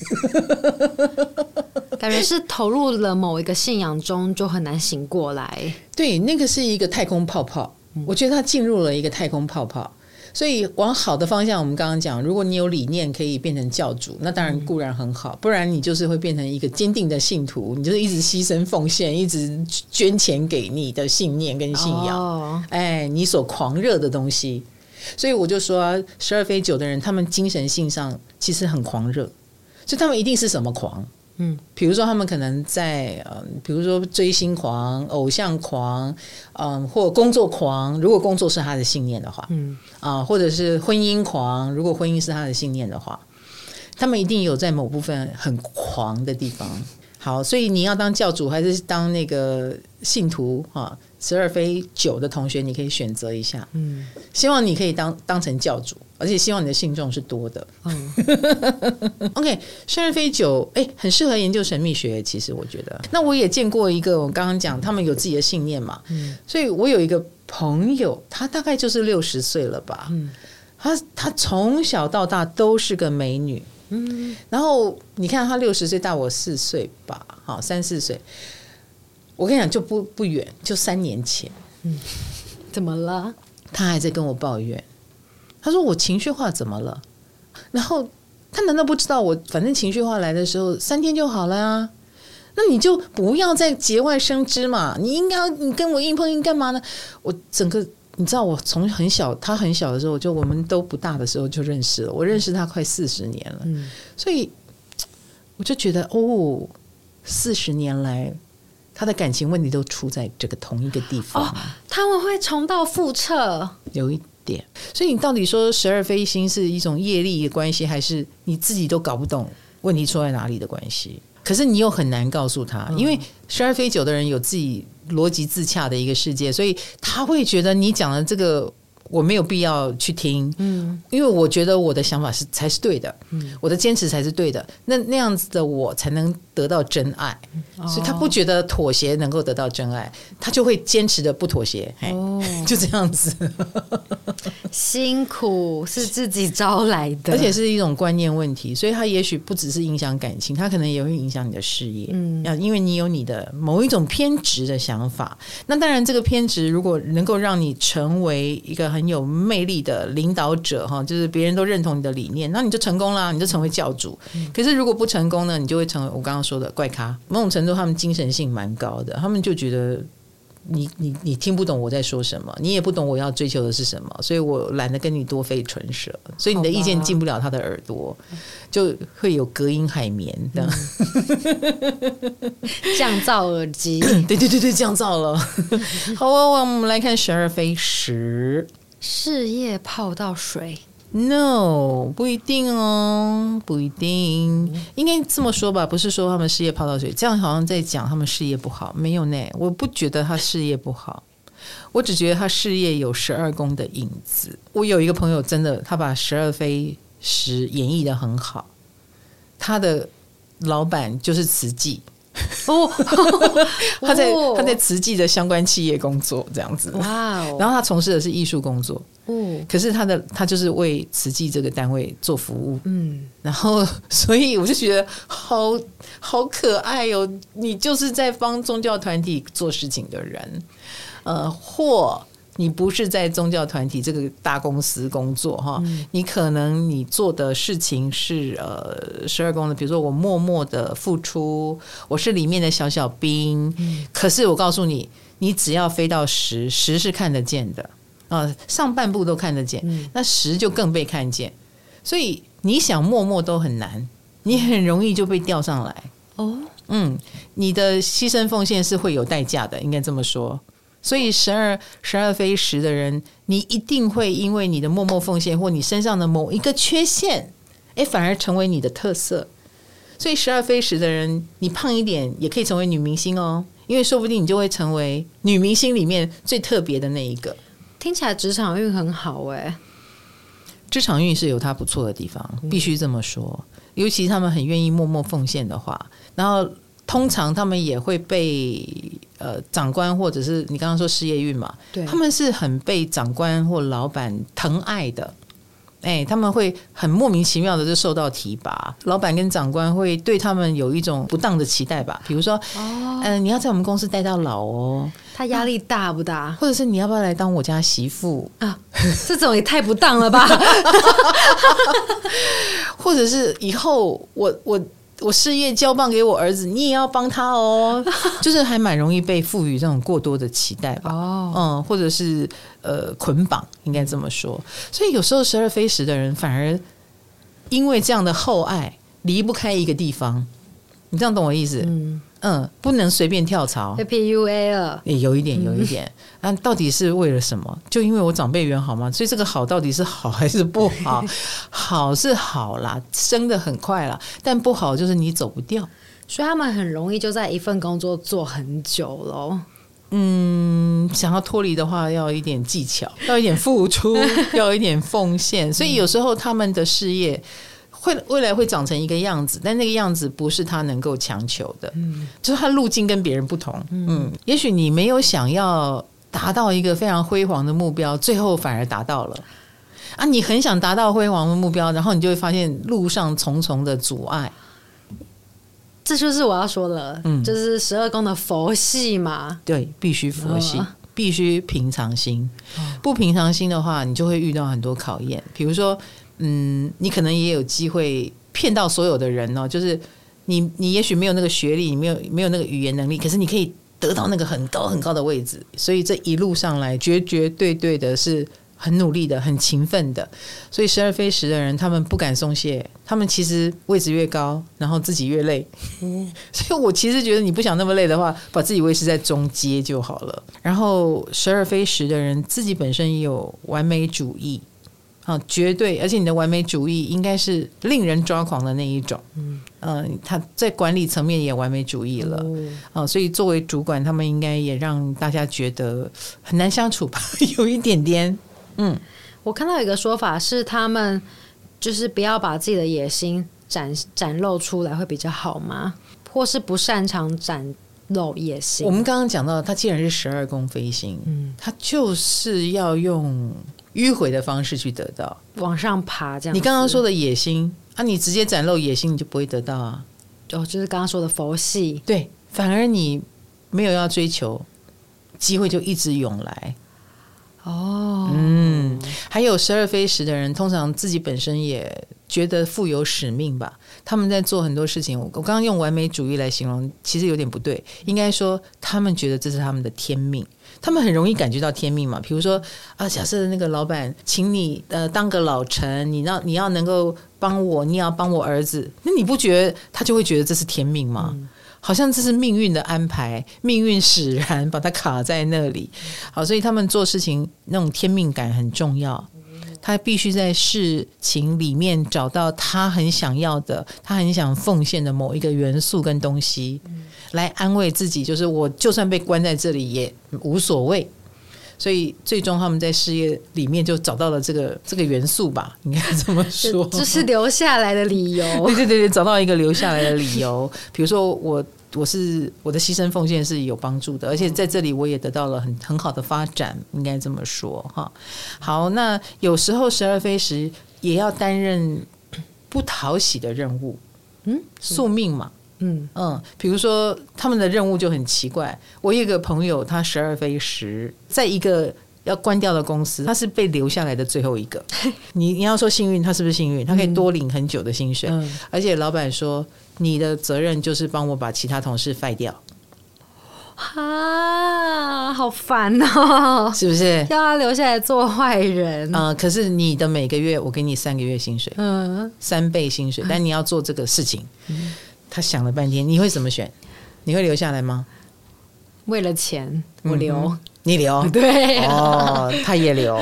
Speaker 2: 感觉是投入了某一个信仰中就很难醒过来。
Speaker 1: 对，那个是一个太空泡泡、嗯、我觉得他进入了一个太空泡泡。所以往好的方向，我们刚刚讲，如果你有理念可以变成教主，那当然固然很好，不然你就是会变成一个坚定的信徒，你就是一直牺牲奉献，一直捐钱给你的信念跟信仰、哦、哎，你所狂热的东西。所以我就说十二飞九的人，他们精神性上其实很狂热，所以他们一定是什么狂？嗯，比如说他们可能在呃，比如说追星狂、偶像狂，嗯、呃，或工作狂。如果工作是他的信念的话，嗯啊、呃，或者是婚姻狂，如果婚姻是他的信念的话，他们一定有在某部分很狂的地方。好，所以你要当教主还是当那个信徒啊？十二飞九的同学，你可以选择一下。嗯，希望你可以当当成教主，而且希望你的信众是多的。嗯，OK， 十二飞九，哎，很适合研究神秘学。其实我觉得，那我也见过一个，我刚刚讲他们有自己的信念嘛，嗯，所以我有一个朋友，他大概就是六十岁了吧，嗯，他他从小到大都是个美女，嗯，然后你看他六十岁大我四岁吧，好三四岁。我跟你讲，就不不远，就三年前。
Speaker 2: 嗯，怎么了？
Speaker 1: 他还在跟我抱怨，他说我情绪化怎么了？然后他难道不知道我反正情绪化来的时候三天就好了啊？那你就不要再节外生枝嘛！你应该你跟我硬碰硬干嘛呢？我整个你知道，我从很小，他很小的时候，就我们都不大的时候就认识了。我认识他快四十年了，嗯，所以我就觉得哦，四十年来。他的感情问题都出在这个同一个地方、哦、
Speaker 2: 他们会重蹈覆辙，
Speaker 1: 有一点。所以你到底说十二飞星是一种业力的关系，还是你自己都搞不懂问题出在哪里的关系？可是你又很难告诉他，因为十二飞九的人有自己逻辑自洽的一个世界，所以他会觉得你讲的这个我没有必要去听，嗯，因为我觉得我的想法是才是对的，嗯，我的坚持才是对的，那那样子的我才能得到真爱，哦、所以他不觉得妥协能够得到真爱，他就会坚持的不妥协，哦，就这样子。
Speaker 2: 辛苦是自己招来的，
Speaker 1: 而且是一种观念问题，所以他也许不只是影响感情，他可能也会影响你的事业，嗯，因为你有你的某一种偏执的想法。那当然，这个偏执如果能够让你成为一个很有魅力的领导者，就是别人都认同你的理念，那你就成功了，你就成为教主。嗯、可是如果不成功呢，你就会成为我刚刚说的怪咖。某种程度，他们精神性蛮高的，他们就觉得你你你听不懂我在说什么，你也不懂我要追求的是什么，所以我懒得跟你多费唇舌，所以你的意见进不了他的耳朵，就会有隔音海绵的、
Speaker 2: 嗯、降噪耳机。
Speaker 1: 对对对对，降噪了。好啊，我们来看十二飞十，
Speaker 2: 事业泡到水。
Speaker 1: No， 不一定哦，不一定，应该这么说吧，不是说他们事业泡到水，这样好像在讲他们事业不好，没有呢，我不觉得他事业不好，我只觉得他事业有十二宫的影子。我有一个朋友，真的，他把十二飞十演绎得很好，他的老板就是慈济。哦，他在他在慈济的相关企业工作这样子，哇、哦！然后他从事的是艺术工作，哦，可是他的他就是为慈济这个单位做服务，嗯，然后所以我就觉得好好可爱哦，你就是在帮宗教团体做事情的人，呃，或你不是在宗教团体这个大公司工作哈、嗯，你可能你做的事情是呃十二宫的，比如说我默默的付出，我是里面的小小兵、嗯，可是我告诉你，你只要飞到十，十是看得见的，呃，上半部都看得见，嗯、那十就更被看见，所以你想默默都很难，你很容易就被调上来哦，嗯，你的牺牲奉献是会有代价的，应该这么说。所以十二十二飞十的人，你一定会因为你的默默奉献或你身上的某一个缺陷，哎，反而成为你的特色。所以十二飞十的人，你胖一点也可以成为女明星哦，因为说不定你就会成为女明星里面最特别的那一个。
Speaker 2: 听起来职场运很好哎、欸，
Speaker 1: 职场运是有它不错的地方，必须这么说。尤其他们很愿意默默奉献的话，然后通常他们也会被呃长官或者是你刚刚说事业运嘛，对，他们是很被长官或老板疼爱的，哎，他们会很莫名其妙的就受到提拔，老板跟长官会对他们有一种不当的期待吧，比如说，哦，呃，你要在我们公司待到老哦，
Speaker 2: 他压力大不大？
Speaker 1: 或者是你要不要来当我家媳妇啊？
Speaker 2: 这种也太不当了吧！
Speaker 1: 或者是以后我我。我事业交棒给我儿子，你也要帮他哦，就是还蛮容易被赋予这种过多的期待吧，哦，嗯，或者是呃捆绑，应该这么说。所以有时候十二飞十的人反而因为这样的厚爱离不开一个地方，你这样懂我意思？嗯嗯，不能随便跳槽，
Speaker 2: 被 P U A 了，
Speaker 1: 欸，有一点，有一点。那，嗯啊，到底是为了什么？就因为我长辈缘好吗？所以这个好到底是好还是不好？好是好啦，升得很快啦，但不好就是你走不掉。
Speaker 2: 所以他们很容易就在一份工作做很久咯。
Speaker 1: 嗯，想要脱离的话，要一点技巧，要一点付出，要一点奉献。所以有时候他们的事业会未来会长成一个样子，但那个样子不是他能够强求的，嗯，就是他路径跟别人不同，嗯，嗯也许你没有想要达到一个非常辉煌的目标，最后反而达到了啊！你很想达到辉煌的目标，然后你就会发现路上重重的阻碍。
Speaker 2: 这就是我要说的，嗯，就是十二宫的佛系嘛，
Speaker 1: 对，必须佛系。哦，必须平常心，不平常心的话，你就会遇到很多考验。比如说，嗯，你可能也有机会骗到所有的人哦，就是你，你也许没有那个学历，你没有没有那个语言能力，可是你可以得到那个很高很高的位置。所以这一路上来，绝绝对对的是很努力的，很勤奋的。所以十二飞十的人，他们不敢松懈，他们其实位置越高，然后自己越累。嗯，所以我其实觉得你不想那么累的话，把自己位置在中阶就好了。然后十二飞十的人自己本身也有完美主义，啊，绝对，而且你的完美主义应该是令人抓狂的那一种。嗯，呃，他在管理层面也完美主义了，哦，啊，所以作为主管，他们应该也让大家觉得很难相处吧，有一点点。嗯，
Speaker 2: 我看到一个说法是，他们就是不要把自己的野心展展露出来会比较好吗？或是不擅长展露野心？
Speaker 1: 我们刚刚讲到，他既然是十二宫飞星，嗯，他就是要用迂回的方式去得到，
Speaker 2: 往上爬这样子。
Speaker 1: 你刚刚说的野心啊，你直接展露野心，你就不会得到啊。
Speaker 2: 哦，就是刚刚说的佛系，
Speaker 1: 对，反而你没有要追求，机会就一直涌来。哦，嗯，还有十二飞十的人，通常自己本身也觉得富有使命吧，他们在做很多事情。我刚刚用完美主义来形容，其实有点不对，应该说他们觉得这是他们的天命。他们很容易感觉到天命嘛，比如说啊，假设那个老板请你呃当个老臣，你要你要能够帮我，你也要帮我儿子，那你不觉得他就会觉得这是天命吗？嗯，好像这是命运的安排，命运使然把它卡在那里。好，所以他们做事情那种天命感很重要，他必须在事情里面找到他很想要的，他很想奉献的某一个元素跟东西，来安慰自己，就是我就算被关在这里也无所谓。所以最终他们在事业里面就找到了这个这个元素吧，应该这么说，
Speaker 2: 就是留下来的理由。
Speaker 1: 对对对对，找到一个留下来的理由。比如说我我是我的牺牲奉献是有帮助的，而且在这里我也得到了很很好的发展，应该这么说哈。好，那有时候十二飞时也要担任不讨喜的任务，嗯，宿命嘛。嗯嗯，比如说他们的任务就很奇怪。我有一个朋友，他十二飞十，在一个要关掉的公司，他是被留下来的最后一个。你你要说幸运，他是不是幸运？他可以多领很久的薪水，嗯、而且老板说你的责任就是帮我把其他同事废掉。
Speaker 2: 啊，好烦哦！
Speaker 1: 是不是
Speaker 2: 要他留下来做坏人
Speaker 1: 啊、呃？可是你的每个月我给你三个月薪水，嗯，三倍薪水，但你要做这个事情。嗯，他想了半天，你会怎么选？你会留下来吗？
Speaker 2: 为了钱，我留。嗯、
Speaker 1: 你留？
Speaker 2: 对、啊，
Speaker 1: 哦，他也留。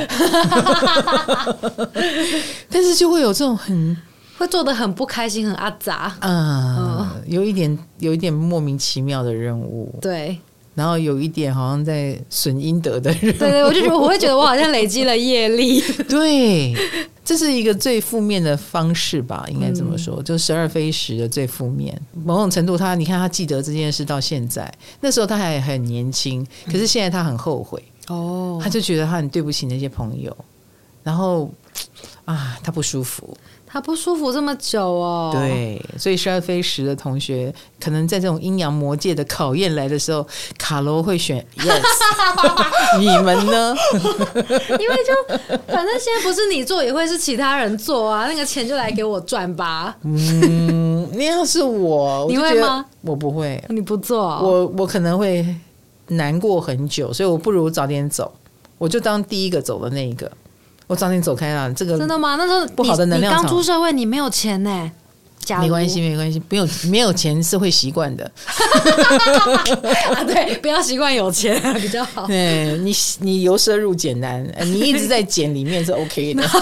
Speaker 1: 但是就会有这种很
Speaker 2: 会做得很不开心，很阿杂
Speaker 1: 啊、嗯，有一点有一点莫名其妙的任务。
Speaker 2: 对。
Speaker 1: 然后有一点好像在损阴德的人，
Speaker 2: 对对，我就觉得我会觉得我好像累积了业力。
Speaker 1: 对，这是一个最负面的方式吧，应该这么说，嗯、就十二飞时的最负面。某种程度他，你看他记得这件事到现在，那时候他还很年轻，可是现在他很后悔哦，他就觉得他很对不起那些朋友，然后啊，他不舒服。
Speaker 2: 他不舒服这么久哦，
Speaker 1: 对，所以十二飞十的同学可能在这种阴阳魔界的考验来的时候，卡罗会选 yes 你们呢？
Speaker 2: 因为就反正现在不是你做也会是其他人做啊，那个钱就来给我赚吧。
Speaker 1: 嗯，你要是我，
Speaker 2: 你会吗？
Speaker 1: 我不会，
Speaker 2: 你不做、哦、
Speaker 1: 我我可能会难过很久，所以我不如早点走，我就当第一个走的那一个。我早点走开了，这个
Speaker 2: 真的吗？那时候
Speaker 1: 不好的能量场，
Speaker 2: 你刚出社会，你没有钱呢。
Speaker 1: 没关系，没关系，没有没有钱是会习惯的。
Speaker 2: 啊，对，不要习惯有钱、啊、比较好。
Speaker 1: 对你，你由奢入俭难，你一直在俭里面是 OK 的。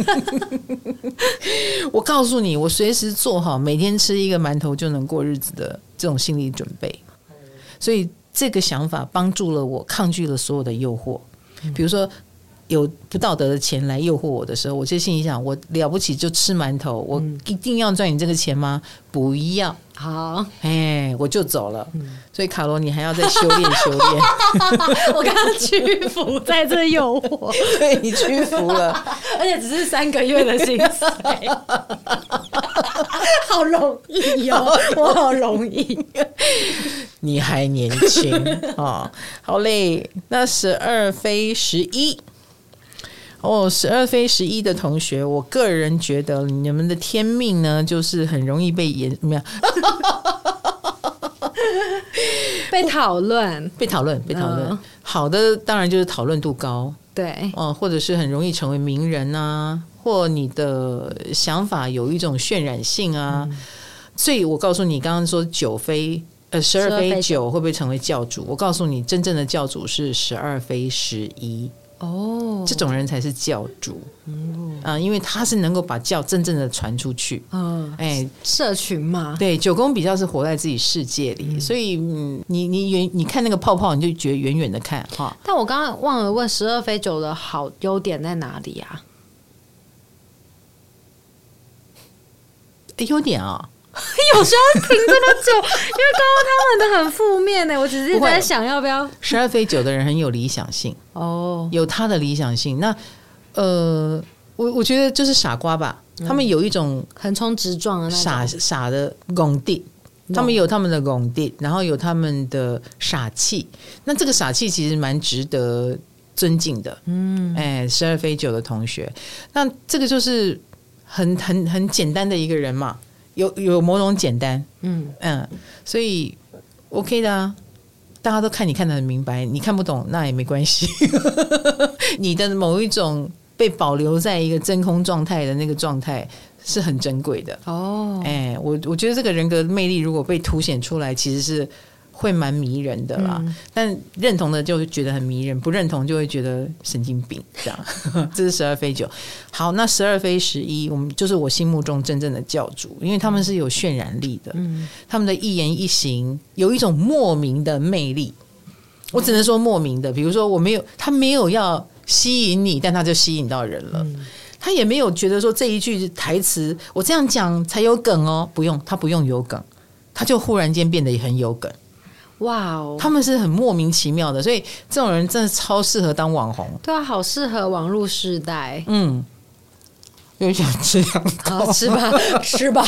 Speaker 1: 我告诉你，我随时做好每天吃一个馒头就能过日子的这种心理准备，所以这个想法帮助了我抗拒了所有的诱惑，比如说。有不道德的钱来诱惑我的时候，我就心里想：我了不起就吃馒头，我一定要赚你这个钱吗？不要，
Speaker 2: 好，
Speaker 1: 哎，我就走了。嗯、所以卡罗，你还要再修炼修炼。
Speaker 2: 我刚刚屈服在这诱惑，
Speaker 1: 对你屈服了，
Speaker 2: 而且只是三个月的薪水，好容易哦，我好容易。
Speaker 1: 你还年轻哦，好嘞。那十二飞十一。哦，十二飞十一的同学，我个人觉得你们的天命呢，就是很容易被延没有
Speaker 2: 被讨论，
Speaker 1: 被讨论，被讨论。嗯、好的，当然就是讨论度高，
Speaker 2: 对，
Speaker 1: 哦、呃，或者是很容易成为名人啊，或你的想法有一种渲染性啊。嗯、所以我告诉你，刚刚说九飞。呃，十二飞九会不会成为教主？我告诉你，真正的教主是十二飞十一哦，这种人才是教主。嗯啊、呃，因为他是能够把教真正的传出去。嗯，哎，
Speaker 2: 社群嘛，
Speaker 1: 对，九宫比较是活在自己世界里，嗯、所以嗯，你你远你看那个泡泡，你就觉得远远的看哈。
Speaker 2: 但我刚刚忘了问十二飞九的好优点在哪里啊？
Speaker 1: 优点啊。
Speaker 2: 有时候停这么久，因为刚刚他们的很负面呢。我只是在想要不要
Speaker 1: 十二飞九的人很有理想性哦，有他的理想性。那呃，我我觉得就是傻瓜吧，嗯、他们有一种
Speaker 2: 横冲直撞的那种
Speaker 1: 傻傻的拱地，他们有他们的拱地，然后有他们的傻气。那这个傻气其实蛮值得尊敬的。嗯，哎，十二飞九的同学，那这个就是。 很很很简单的一个人嘛，有有某种简单，嗯嗯，所以 OK 的啊，大家都看你看得很明白，你看不懂那也没关系，你的某一种被保留在一个真空状态的那个状态是很珍贵的哦。哎，我我觉得这个人格魅力如果被凸显出来，其实是会蛮迷人的啦。嗯、但认同的就会觉得很迷人，不认同就会觉得神经病这样。这是十二飞九。好，那十二飞十一，我们就是我心目中真正的教主，因为他们是有渲染力的，嗯、他们的一言一行有一种莫名的魅力。我只能说莫名的，比如说我没有，他没有要吸引你，但他就吸引到人了。嗯、他也没有觉得说这一句台词我这样讲才有梗哦，不用，他不用有梗，他就忽然间变得很有梗。哇哦，他们是很莫名其妙的，所以这种人真的超适合当网红。
Speaker 2: 对啊，好适合网络时代。
Speaker 1: 嗯，又想吃羊羔，
Speaker 2: 好吃吧，吃吧，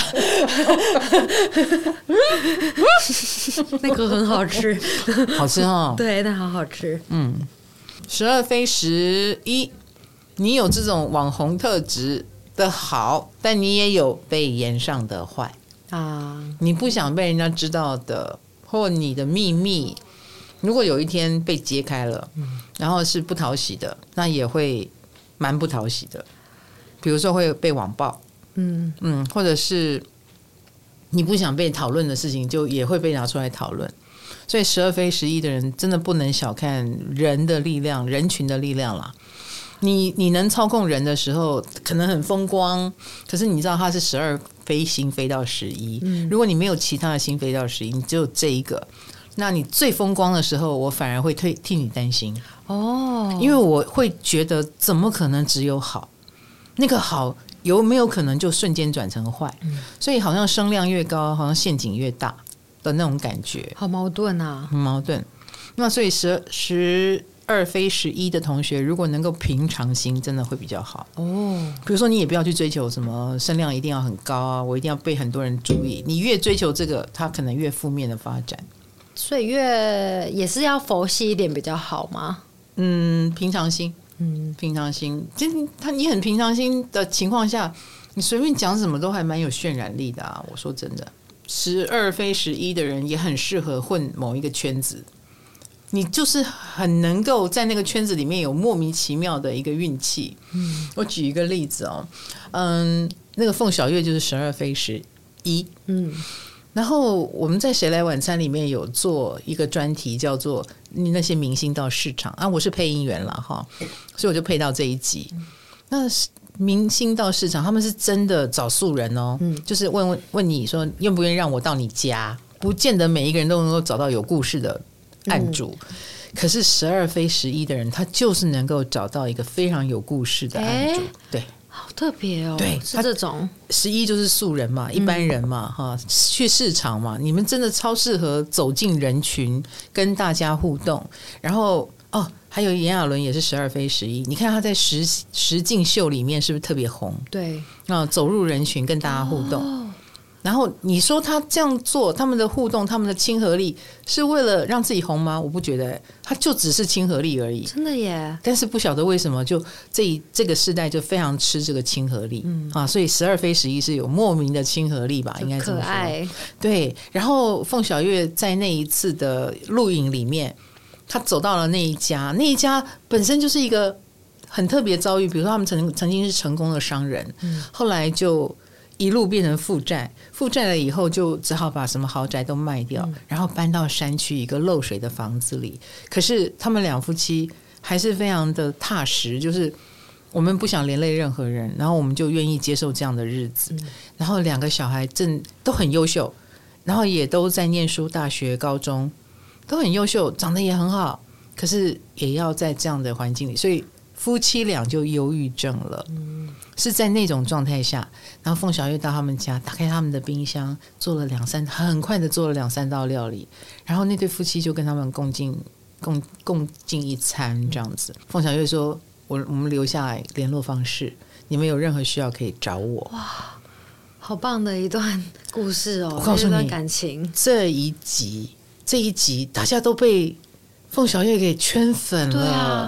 Speaker 2: 那个很好吃，
Speaker 1: 好吃哦。
Speaker 2: 对，那好好吃。
Speaker 1: 嗯，十二飞十一，你有这种网红特质的好，但你也有被延上的坏啊。你不想被人家知道的，或你的秘密，如果有一天被揭开了，嗯、然后是不讨喜的，那也会蛮不讨喜的。比如说会被网暴，嗯嗯，或者是你不想被讨论的事情，就也会被拿出来讨论。所以十二飞十一的人真的不能小看人的力量，人群的力量啦。你你能操控人的时候，可能很风光，可是你知道他是十二飞星飞到十一、嗯，如果你没有其他的星飞到十一，你只有这一个，那你最风光的时候，我反而会替替你担心哦，因为我会觉得怎么可能只有好。那个好有没有可能就瞬间转成坏、嗯、所以好像声量越高好像陷阱越大的那种感觉，
Speaker 2: 好矛盾啊，
Speaker 1: 很矛盾。那所以十十二飞十一的同学如果能够平常心真的会比较好哦。比如说你也不要去追求什么声量一定要很高啊，我一定要被很多人注意，你越追求这个它可能越负面的发展，
Speaker 2: 所以越也是要佛系一点比较好吗？
Speaker 1: 嗯，平常心，嗯，平常心，其实他你很平常心的情况下，你随便讲什么都还蛮有渲染力的啊！我说真的，十二飞十一的人也很适合混某一个圈子，你就是很能够在那个圈子里面有莫名其妙的一个运气。嗯，我举一个例子哦，嗯，那个凤小岳就是十二飞十一，嗯。然后我们在谁来晚餐里面有做一个专题叫做那些明星到市场啊，我是配音员了哈，所以我就配到这一集。那明星到市场他们是真的找素人哦，嗯、就是问问问你说愿不愿意让我到你家，不见得每一个人都能够找到有故事的案主、嗯、可是十二飞十一的人他就是能够找到一个非常有故事的案主、欸、对，
Speaker 2: 好特别哦！
Speaker 1: 对，
Speaker 2: 是这种
Speaker 1: 十一就是素人嘛，一般人嘛，哈、嗯，去市场嘛，你们真的超适合走进人群，跟大家互动。然后哦，还有炎亚纶也是十二飞十一，你看他在实实境秀里面是不是特别红？
Speaker 2: 对，
Speaker 1: 啊，走入人群跟大家互动。哦，然后你说他这样做，他们的互动，他们的亲和力，是为了让自己红吗？我不觉得，他就只是亲和力而已。
Speaker 2: 真的耶！
Speaker 1: 但是不晓得为什么，就这这个世代就非常吃这个亲和力、嗯、啊，所以十二飞十一是有莫名的亲和力吧，应该这么说。
Speaker 2: 可爱。
Speaker 1: 对，然后凤小岳在那一次的录影里面，他走到了那一家，那一家本身就是一个很特别遭遇，比如说他们曾曾经是成功的商人，嗯、后来就一路变成负债，负债了以后就只好把什么豪宅都卖掉、嗯、然后搬到山区一个漏水的房子里。可是他们两夫妻还是非常的踏实，就是我们不想连累任何人，然后我们就愿意接受这样的日子、嗯、然后两个小孩正都很优秀，然后也都在念书，大学高中都很优秀，长得也很好，可是也要在这样的环境里，所以夫妻俩就忧郁症了、嗯、是在那种状态下，然后凤小岳到他们家，打开他们的冰箱，做了两三很快的做了两三道料理，然后那对夫妻就跟他们共进共共进一餐这样子。凤小岳说我我们留下来联络方式，你们有任何需要可以找我。
Speaker 2: 哇，好棒的一段故事哦！
Speaker 1: 我告诉你，
Speaker 2: 这段感情
Speaker 1: 这一集这一集大家都被凤小岳给圈粉了、啊、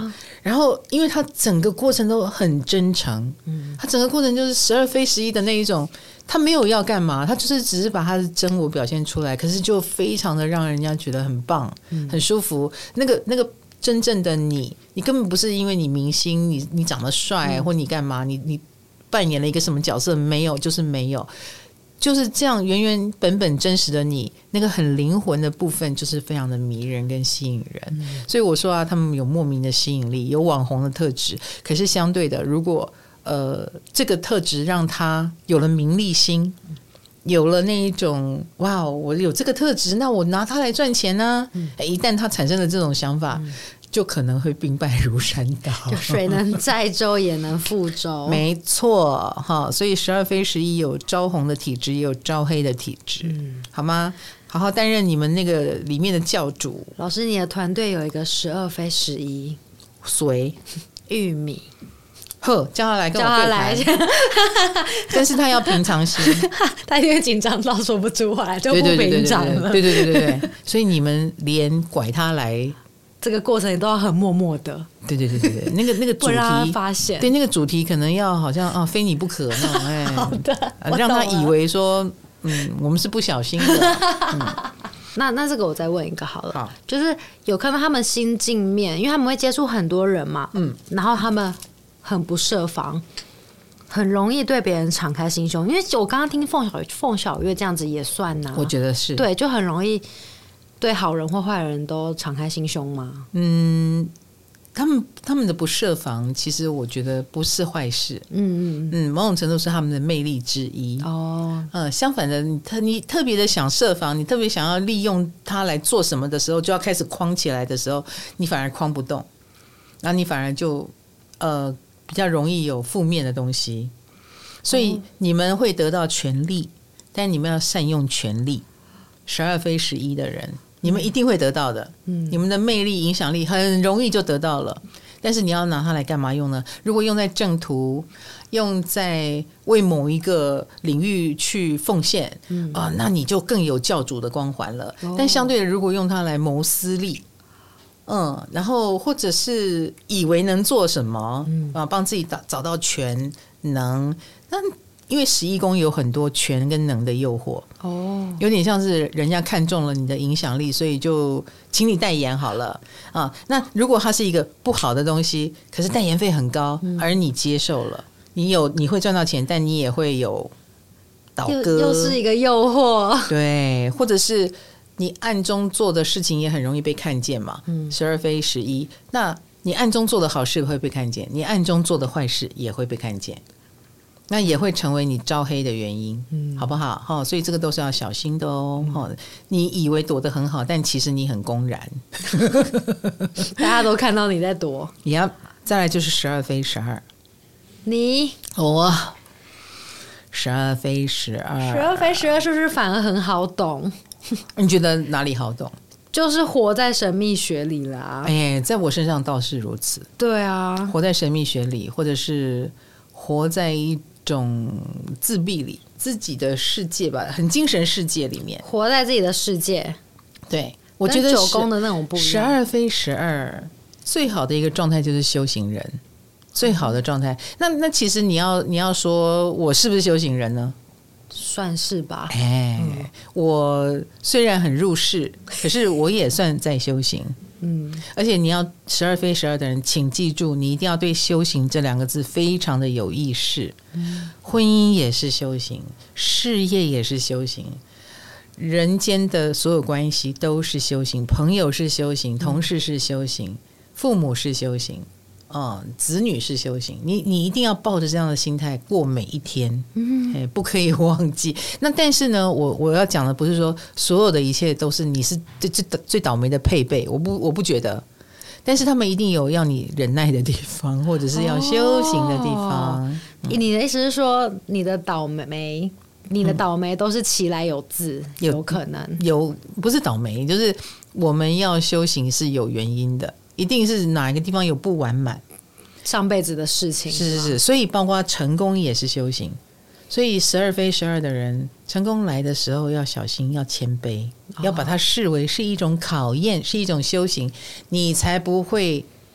Speaker 1: 然后因为他整个过程都很真诚，嗯，他整个过程就是十二非十一的那一种，他没有要干嘛，他就是只是把他的真我表现出来，可是就非常的让人家觉得很棒，嗯，很舒服。那个那个真正的你，你根本不是因为你明星，你你长得帅，嗯，或你干嘛，你你扮演了一个什么角色，没有，就是没有。就是这样原原本本真实的你，那个很灵魂的部分就是非常的迷人跟吸引人，嗯，所以我说啊，他们有莫名的吸引力，有网红的特质。可是相对的，如果呃这个特质让他有了名利心，有了那一种哇，我有这个特质，那我拿它来赚钱呢，啊嗯，一旦他产生了这种想法，嗯，就可能会兵败如山倒，
Speaker 2: 就水能载舟也能覆舟。
Speaker 1: 没错哈，所以十二非十一有招红的体质，也有招黑的体质，嗯，好吗？好好担任你们那个里面的教主。
Speaker 2: 老师，你的团队有一个十二非十一，
Speaker 1: 谁？
Speaker 2: 玉米。
Speaker 1: 呵，叫他来跟我对谈，但是他要平常心，
Speaker 2: 他一定紧张到说不出话，就不平常了。
Speaker 1: 对对对对 对, 对, 对, 对，所以你们连拐他来。
Speaker 2: 这个过程你都要很默默的，
Speaker 1: 对对对对对，那个那个主题，
Speaker 2: 不让他发现，
Speaker 1: 对那个主题可能要好像啊非你不可那种，哎，
Speaker 2: 好的，
Speaker 1: 让他以为说，嗯，我们是不小心的。嗯、
Speaker 2: 那那这个我再问一个好了，
Speaker 1: 好，
Speaker 2: 就是有看到他们心境面，因为他们会接触很多人嘛，嗯，然后他们很不设防，很容易对别人敞开心胸。因为我刚刚听凤小凤小岳这样子也算呐、啊，
Speaker 1: 我觉得是
Speaker 2: 对，就很容易。对好人或坏人都敞开心胸吗？
Speaker 1: 嗯，他们他们的不设防，其实我觉得不是坏事。嗯嗯嗯，某种程度是他们的魅力之一。哦，呃，相反的，你特你特别的想设防，你特别想要利用它来做什么的时候，就要开始框起来的时候，你反而框不动，然后你反而就呃比较容易有负面的东西。所以你们会得到权力，但你们要善用权力。十二非十一的人。你们一定会得到的，嗯，你们的魅力影响力很容易就得到了，但是你要拿它来干嘛用呢？如果用在正途，用在为某一个领域去奉献，嗯啊、呃，那你就更有教主的光环了。哦、但相对的，如果用它来谋私利，嗯，然后或者是以为能做什么，嗯啊，帮自己找找到权能，那。因为十一宫有很多权跟能的诱惑，哦，有点像是人家看中了你的影响力，所以就请你代言好了啊。那如果它是一个不好的东西，可是代言费很高，嗯、而你接受了，你有你会赚到钱，但你也会有倒戈，
Speaker 2: 又是一个诱惑，
Speaker 1: 对，或者是你暗中做的事情也很容易被看见嘛。嗯，十二非十一，那你暗中做的好事会被看见，你暗中做的坏事也会被看见。那也会成为你招黑的原因，嗯、好不好？哦，所以这个都是要小心的哦。嗯哦、你以为躲得很好，但其实你很公然，
Speaker 2: 大家都看到你在躲。
Speaker 1: 呀，再来就是十二非十二，
Speaker 2: 你
Speaker 1: 我十二非十二，
Speaker 2: 十二非十二是不是反而很好懂？
Speaker 1: 你觉得哪里好懂？
Speaker 2: 就是活在神秘学里啦。
Speaker 1: 哎，在我身上倒是如此。
Speaker 2: 对啊，
Speaker 1: 活在神秘学里，或者是活在一种自闭里，自己的世界吧，很精神世界里面，
Speaker 2: 活在自己的世界。
Speaker 1: 对，我觉得
Speaker 2: 九宫的那种不一样。
Speaker 1: 十二非十二，最好的一个状态就是修行人，最好的状态。那那其实你要你要说我是不是修行人呢？
Speaker 2: 算是吧。
Speaker 1: 哎、嗯，我虽然很入世，可是我也算在修行。嗯，而且你要十二非十二的人，请记住，你一定要对修行这两个字非常的有意识。嗯，婚姻也是修行，事业也是修行，人间的所有关系都是修行，朋友是修行，同事是修行，父母是修行，哦，子女是修行。你你一定要抱着这样的心态过每一天，嗯，哎，不可以忘记。那但是呢，我我要讲的不是说所有的一切都是你是最最最倒霉的配备，我不我不觉得。但是他们一定有要你忍耐的地方，或者是要修行的地方。哦
Speaker 2: 嗯、你的意思是说，你的倒霉，你的倒霉都是其来有自，嗯、有可能
Speaker 1: 有不是倒霉，就是我们要修行是有原因的。一定是哪一个地方有不完满，
Speaker 2: 上辈子的事情
Speaker 1: 是是是，所以包括成功也是修行。所以十二非十二的人，成功来的时候要小心，要谦卑，哦、要把它视为是一种考验，是一种修行，你才不会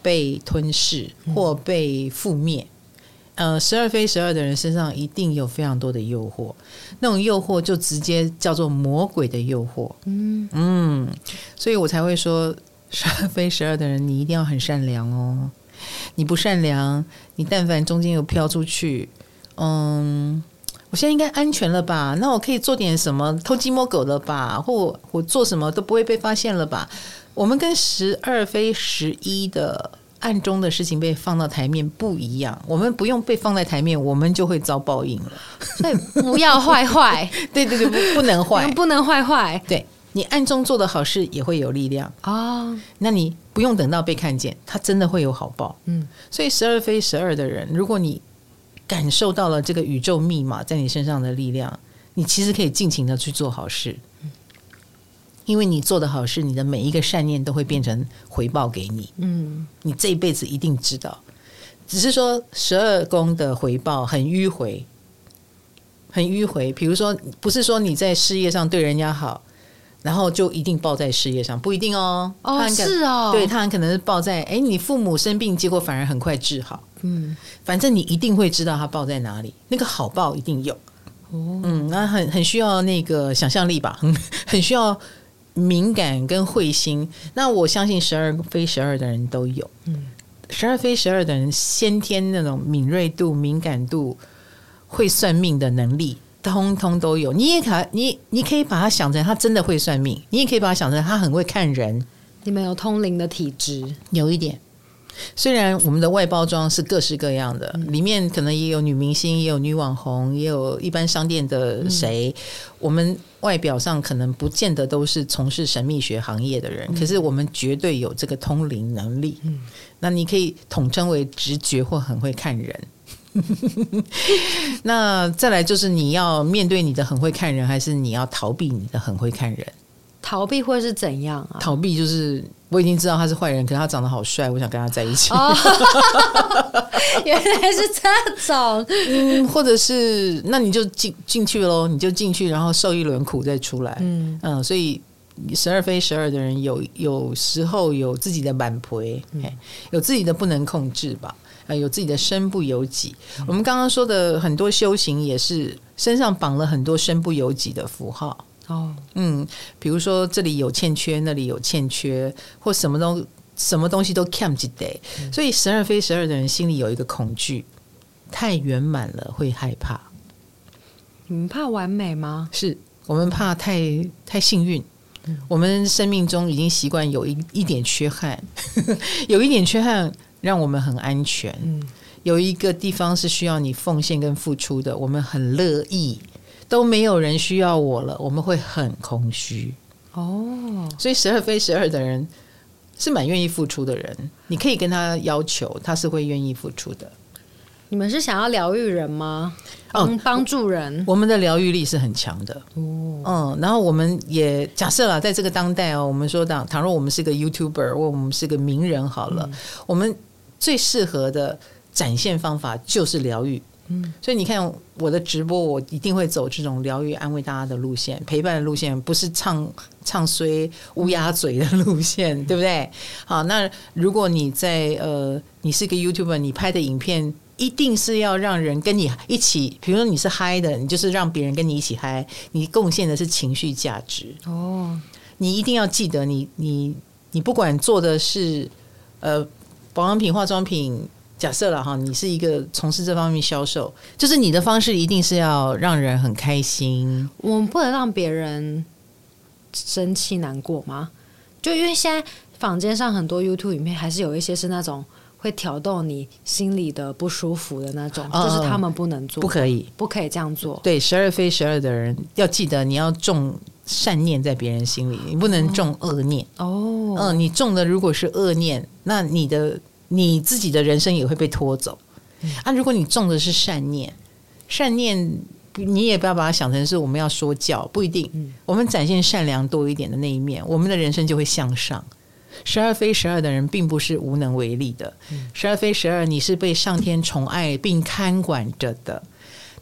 Speaker 1: 被吞噬或被覆灭。呃，十二飞十二的人身上一定有非常多的诱惑，那种诱惑就直接叫做魔鬼的诱惑。嗯嗯，所以我才会说，十二飞十二的人，你一定要很善良哦。你不善良，你但凡中间有飘出去，嗯，我现在应该安全了吧？那我可以做点什么偷鸡摸狗了吧？或我做什么都不会被发现了吧？我们跟十二飞十一的暗中的事情被放到台面不一样，我们不用被放在台面，我们就会遭报应了。
Speaker 2: 所以不要坏坏，
Speaker 1: 对对对，不, 不能坏，
Speaker 2: 不能坏坏。
Speaker 1: 对，你暗中做的好事也会有力量啊、哦。那你不用等到被看见，他真的会有好报。嗯，所以十二飞十二的人，如果你感受到了这个宇宙密码在你身上的力量，你其实可以尽情的去做好事。因为你做的好事，你的每一个善念都会变成回报给你。嗯，你这一辈子一定知道，只是说十二宫的回报很迂回，很迂回。比如说，不是说你在事业上对人家好，然后就一定报在事业上，不一定哦。
Speaker 2: 哦，是哦，
Speaker 1: 对，他很可能是报在哎，你父母生病，结果反而很快治好。嗯，反正你一定会知道他报在哪里，那个好报一定有。哦，嗯，那很很需要那个想象力吧，很很需要。敏感跟慧心，那我相信十二飞十二的人都有。嗯，十二飞十二的人先天那种敏锐度、敏感度、会算命的能力，通通都有。你也可你你可以把他想成他真的会算命，你也可以把他想成他很会看人。
Speaker 2: 你们有通灵的体质，
Speaker 1: 有一点。虽然我们的外包装是各式各样的，里面可能也有女明星，也有女网红，也有一般商店的谁、嗯、我们外表上可能不见得都是从事神秘学行业的人、嗯、可是我们绝对有这个通灵能力、嗯、那你可以统称为直觉或很会看人那再来就是你要面对你的很会看人，还是你要逃避你的很会看人？
Speaker 2: 逃避会是怎样啊？
Speaker 1: 逃避就是我已经知道他是坏人，可是他长得好帅，我想跟他在一起。
Speaker 2: 哦、原来是这种，
Speaker 1: 嗯，或者是那你就进进去咯，你就进去，然后受一轮苦再出来。嗯嗯，所以十二飞十二的人有有时候有自己的满陪、嗯，有自己的不能控制吧，有自己的身不由己、嗯。我们刚刚说的很多修行也是身上绑了很多身不由己的符号。哦，嗯，比如说这里有欠缺，那里有欠缺，或什么东什么东西都欠一点，所以十二飞十二的人心里有一个恐惧，太圆满了会害怕。
Speaker 2: 你们怕完美吗？
Speaker 1: 是我们怕太太幸运、嗯，我们生命中已经习惯有一一点缺憾，有一点缺憾让我们很安全、嗯。有一个地方是需要你奉献跟付出的，我们很乐意。都没有人需要我了，我们会很空虚哦。所以十二飞十二的人是蛮愿意付出的人，你可以跟他要求，他是会愿意付出的。
Speaker 2: 你们是想要疗愈人吗？嗯，帮助人。
Speaker 1: 我们的疗愈力是很强的哦。嗯，然后我们也假设啦，在这个当代哦，我们说当倘若我们是个 YouTuber 或我们是个名人好了、嗯，我们最适合的展现方法就是疗愈。嗯，所以你看我的直播，我一定会走这种疗愈、安慰大家的路线，陪伴的路线，不是唱唱衰、乌鸦嘴的路线，对不对？好，那如果你在呃，你是个 YouTuber， 你拍的影片一定是要让人跟你一起，比如说你是嗨的，你就是让别人跟你一起嗨，你贡献的是情绪价值哦。你一定要记得你，你你你不管做的是呃保养品、化妆品。假设了哈，你是一个从事这方面销售，就是你的方式一定是要让人很开心。
Speaker 2: 我们不能让别人生气难过吗？就因为现在坊间上很多 YouTube 影片，还是有一些是那种会挑动你心里的不舒服的那种，哦、就是他们不能做，
Speaker 1: 不可以，
Speaker 2: 不可以这样做。
Speaker 1: 对，十二飞十二的人要记得，你要种善念在别人心里，你不能种恶念。哦，嗯，你种的如果是恶念，那你的。你自己的人生也会被拖走、嗯、啊！如果你种的是善念，善念你也不要把它想成是我们要说教，不一定、嗯、我们展现善良多一点的那一面，我们的人生就会向上。十二飞十二的人并不是无能为力的，十二飞十二你是被上天宠爱并看管着的，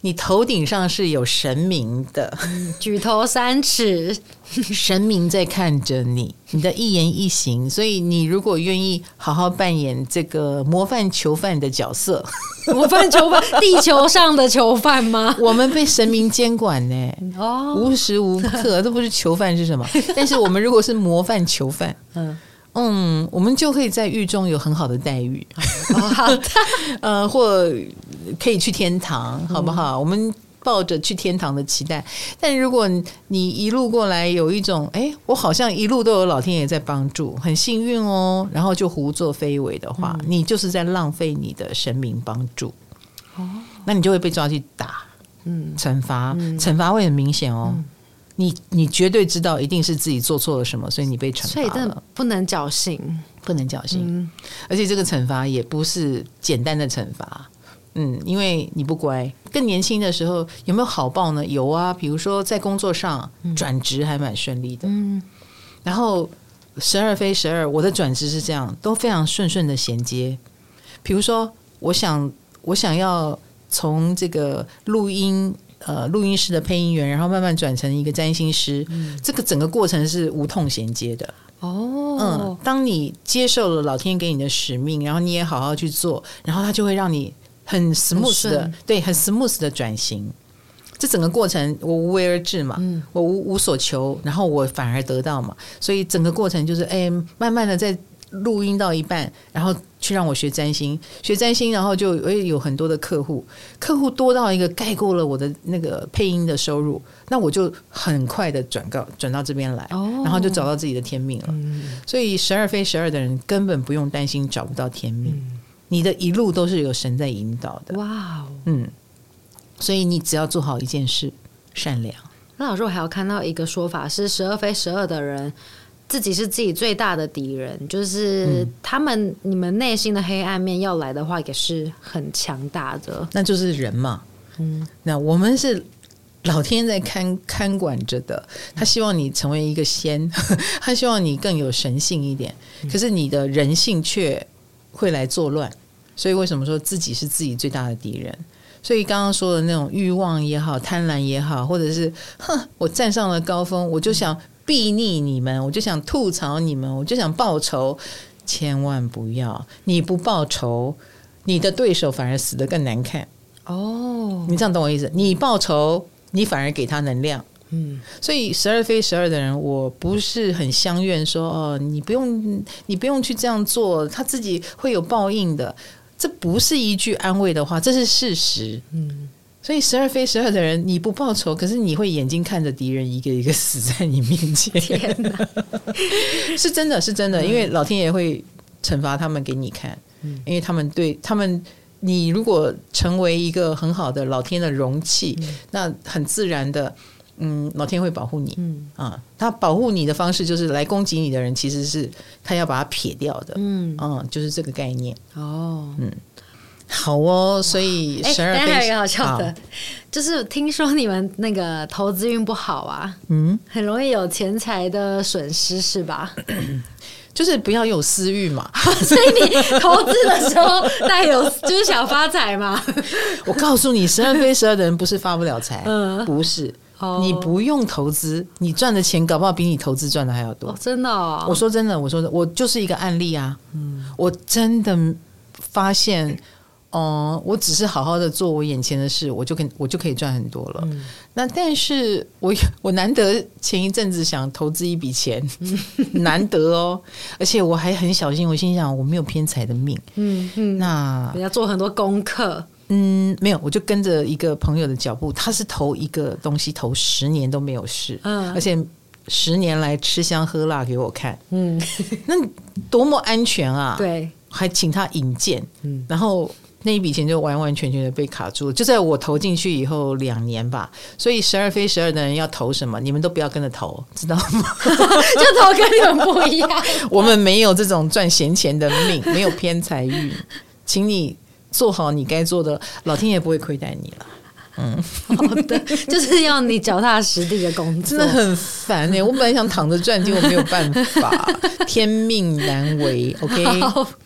Speaker 1: 你头顶上是有神明的，
Speaker 2: 举头三尺，
Speaker 1: 神明在看着你，你的一言一行。所以你如果愿意好好扮演这个模范囚犯的角色，
Speaker 2: 模范囚犯，地球上的囚犯吗？
Speaker 1: 我们被神明监管呢，
Speaker 2: 哦，
Speaker 1: 无时无刻都不是囚犯是什么？但是我们如果是模范囚犯，嗯。嗯，我们就可以在狱中有很好的待遇，
Speaker 2: 哦、好的，
Speaker 1: 呃，或可以去天堂，好不好？嗯、我们抱着去天堂的期待。但如果你一路过来有一种，哎，我好像一路都有老天爷在帮助，很幸运哦，然后就胡作非为的话，嗯、你就是在浪费你的神明帮助。哦，那你就会被抓去打，嗯，惩罚，嗯、惩罚会很明显哦。嗯你你绝对知道一定是自己做错了什么，所以你被惩罚了。
Speaker 2: 所以真的不能侥幸，
Speaker 1: 不能侥幸、嗯。而且这个惩罚也不是简单的惩罚，嗯，因为你不乖。更年轻的时候有没有好报呢？有啊，比如说在工作上转职还蛮顺利的，嗯，然后十二飞十二，我的转职是这样，都非常顺顺的衔接。比如说，我想我想要从这个录音。呃，录音室的配音员，然后慢慢转成一个占星师，嗯、这个整个过程是无痛衔接的。哦，嗯，当你接受了老天给你的使命，然后你也好好去做，然后它就会让你很 smooth 的，对，很 smooth 的转型。这整个过程我无为而治嘛，嗯、我无无所求，然后我反而得到嘛，所以整个过程就是哎，慢慢的在录音到一半，然后去让我学占星，学占星，然后就有很多的客户，客户多到一个盖过了我的那个配音的收入，那我就很快的转到转到这边来，哦、然后就找到自己的天命了。嗯、所以十二飞十二的人根本不用担心找不到天命，嗯、你的一路都是有神在引导的。哇哦，嗯，所以你只要做好一件事，善良。
Speaker 2: 那老师，我还有看到一个说法是，十二飞十二的人。自己是自己最大的敌人，就是他们、嗯、你们内心的黑暗面要来的话也是很强大的，
Speaker 1: 那就是人嘛。嗯，那我们是老天在看看管着的，他希望你成为一个仙，他希望你更有神性一点，可是你的人性却会来作乱，所以为什么说自己是自己最大的敌人？所以刚刚说的那种欲望也好，贪婪也好，或者是哼，我站上了高峰，我就想睥睨你们，我就想吐槽你们，我就想报仇，千万不要！你不报仇，你的对手反而死得更难看。哦，你这样懂我意思？你报仇，你反而给他能量。嗯，所以十二飞十二的人，我不是很相愿说哦，你不用，你不用去这样做，他自己会有报应的。这不是一句安慰的话，这是事实。嗯，所以十二飞十二的人，你不报仇，可是你会眼睛看着敌人一个一个死在你面前。天哪，是真的是真的，因为老天爷会惩罚他们给你看，嗯、因为他们对他们，你如果成为一个很好的老天的容器，嗯、那很自然的。嗯，老天会保护你，嗯啊，他保护你的方式就是来攻击你的人，其实是他要把它撇掉的，嗯嗯，就是这个概念哦，嗯，好哦，所以十二飞，
Speaker 2: 还有一个好笑的，就是听说你们那个投资运不好啊，嗯，很容易有钱财的损失，是吧？
Speaker 1: 就是不要有私欲嘛，
Speaker 2: 所以你投资的时候带有就是想发财嘛。
Speaker 1: 我告诉你，十二飞十二的人不是发不了财，嗯，不是。你不用投资，你赚的钱搞不好比你投资赚的还要多。
Speaker 2: 哦、真的、哦？
Speaker 1: 我说真的，我说的，我就是一个案例啊。嗯，我真的发现，哦、呃，我只是好好的做我眼前的事，我就可以我就可以赚很多了。嗯、那但是我我难得前一阵子想投资一笔钱，嗯、难得哦，而且我还很小心，我心想我没有偏财的命。嗯嗯，那
Speaker 2: 要做很多功课。
Speaker 1: 嗯，没有，我就跟着一个朋友的脚步，他是投一个东西投十年都没有事，嗯，而且十年来吃香喝辣给我看，嗯，那多么安全啊！
Speaker 2: 对，
Speaker 1: 还请他引荐，嗯，然后那一笔钱就完完全全的被卡住了，就在我投进去以后两年吧。所以十二飞十二的人要投什么，你们都不要跟着投，知道吗？
Speaker 2: 就投跟你们不一样，
Speaker 1: 我们没有这种赚闲钱的命，没有偏财运，请你。做好你该做的，老天爷不会亏待你了。嗯，
Speaker 2: 好的，就是要你脚踏实地的工作，
Speaker 1: 真的很烦哎、欸！我本来想躺着赚，结果没有办法，天命难违。OK， 好，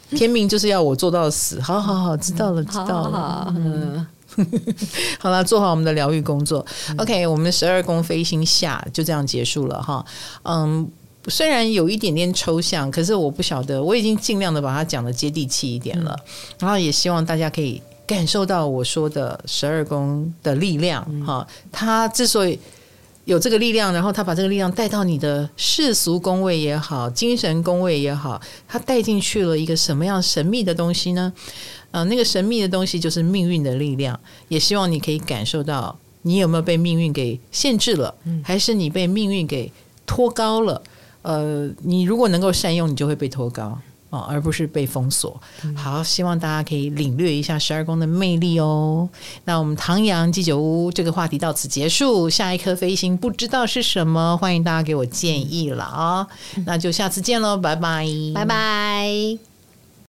Speaker 1: 天命就是要我做到死。好好好，知道了，知道了。嗯，好了，做好我们的疗愈工作。OK， 我们的十二宫飞星下就这样结束了哈。嗯，虽然有一点点抽象，可是我不晓得，我已经尽量的把它讲的接地气一点了。然后也希望大家可以感受到我说的十二宫的力量哈。它之所以有这个力量，然后他把这个力量带到你的世俗宫位也好，精神宫位也好，他带进去了一个什么样神秘的东西呢？呃，那个神秘的东西就是命运的力量。也希望你可以感受到，你有没有被命运给限制了，还是你被命运给托高了？呃，你如果能够善用，你就会被托高。哦，而不是被封锁。好，希望大家可以领略一下十二宫的魅力哦。那我们唐阳鸡酒屋这个话题到此结束，下一颗飞星不知道是什么，欢迎大家给我建议了啊、哦。那就下次见喽，拜拜，
Speaker 2: 拜拜。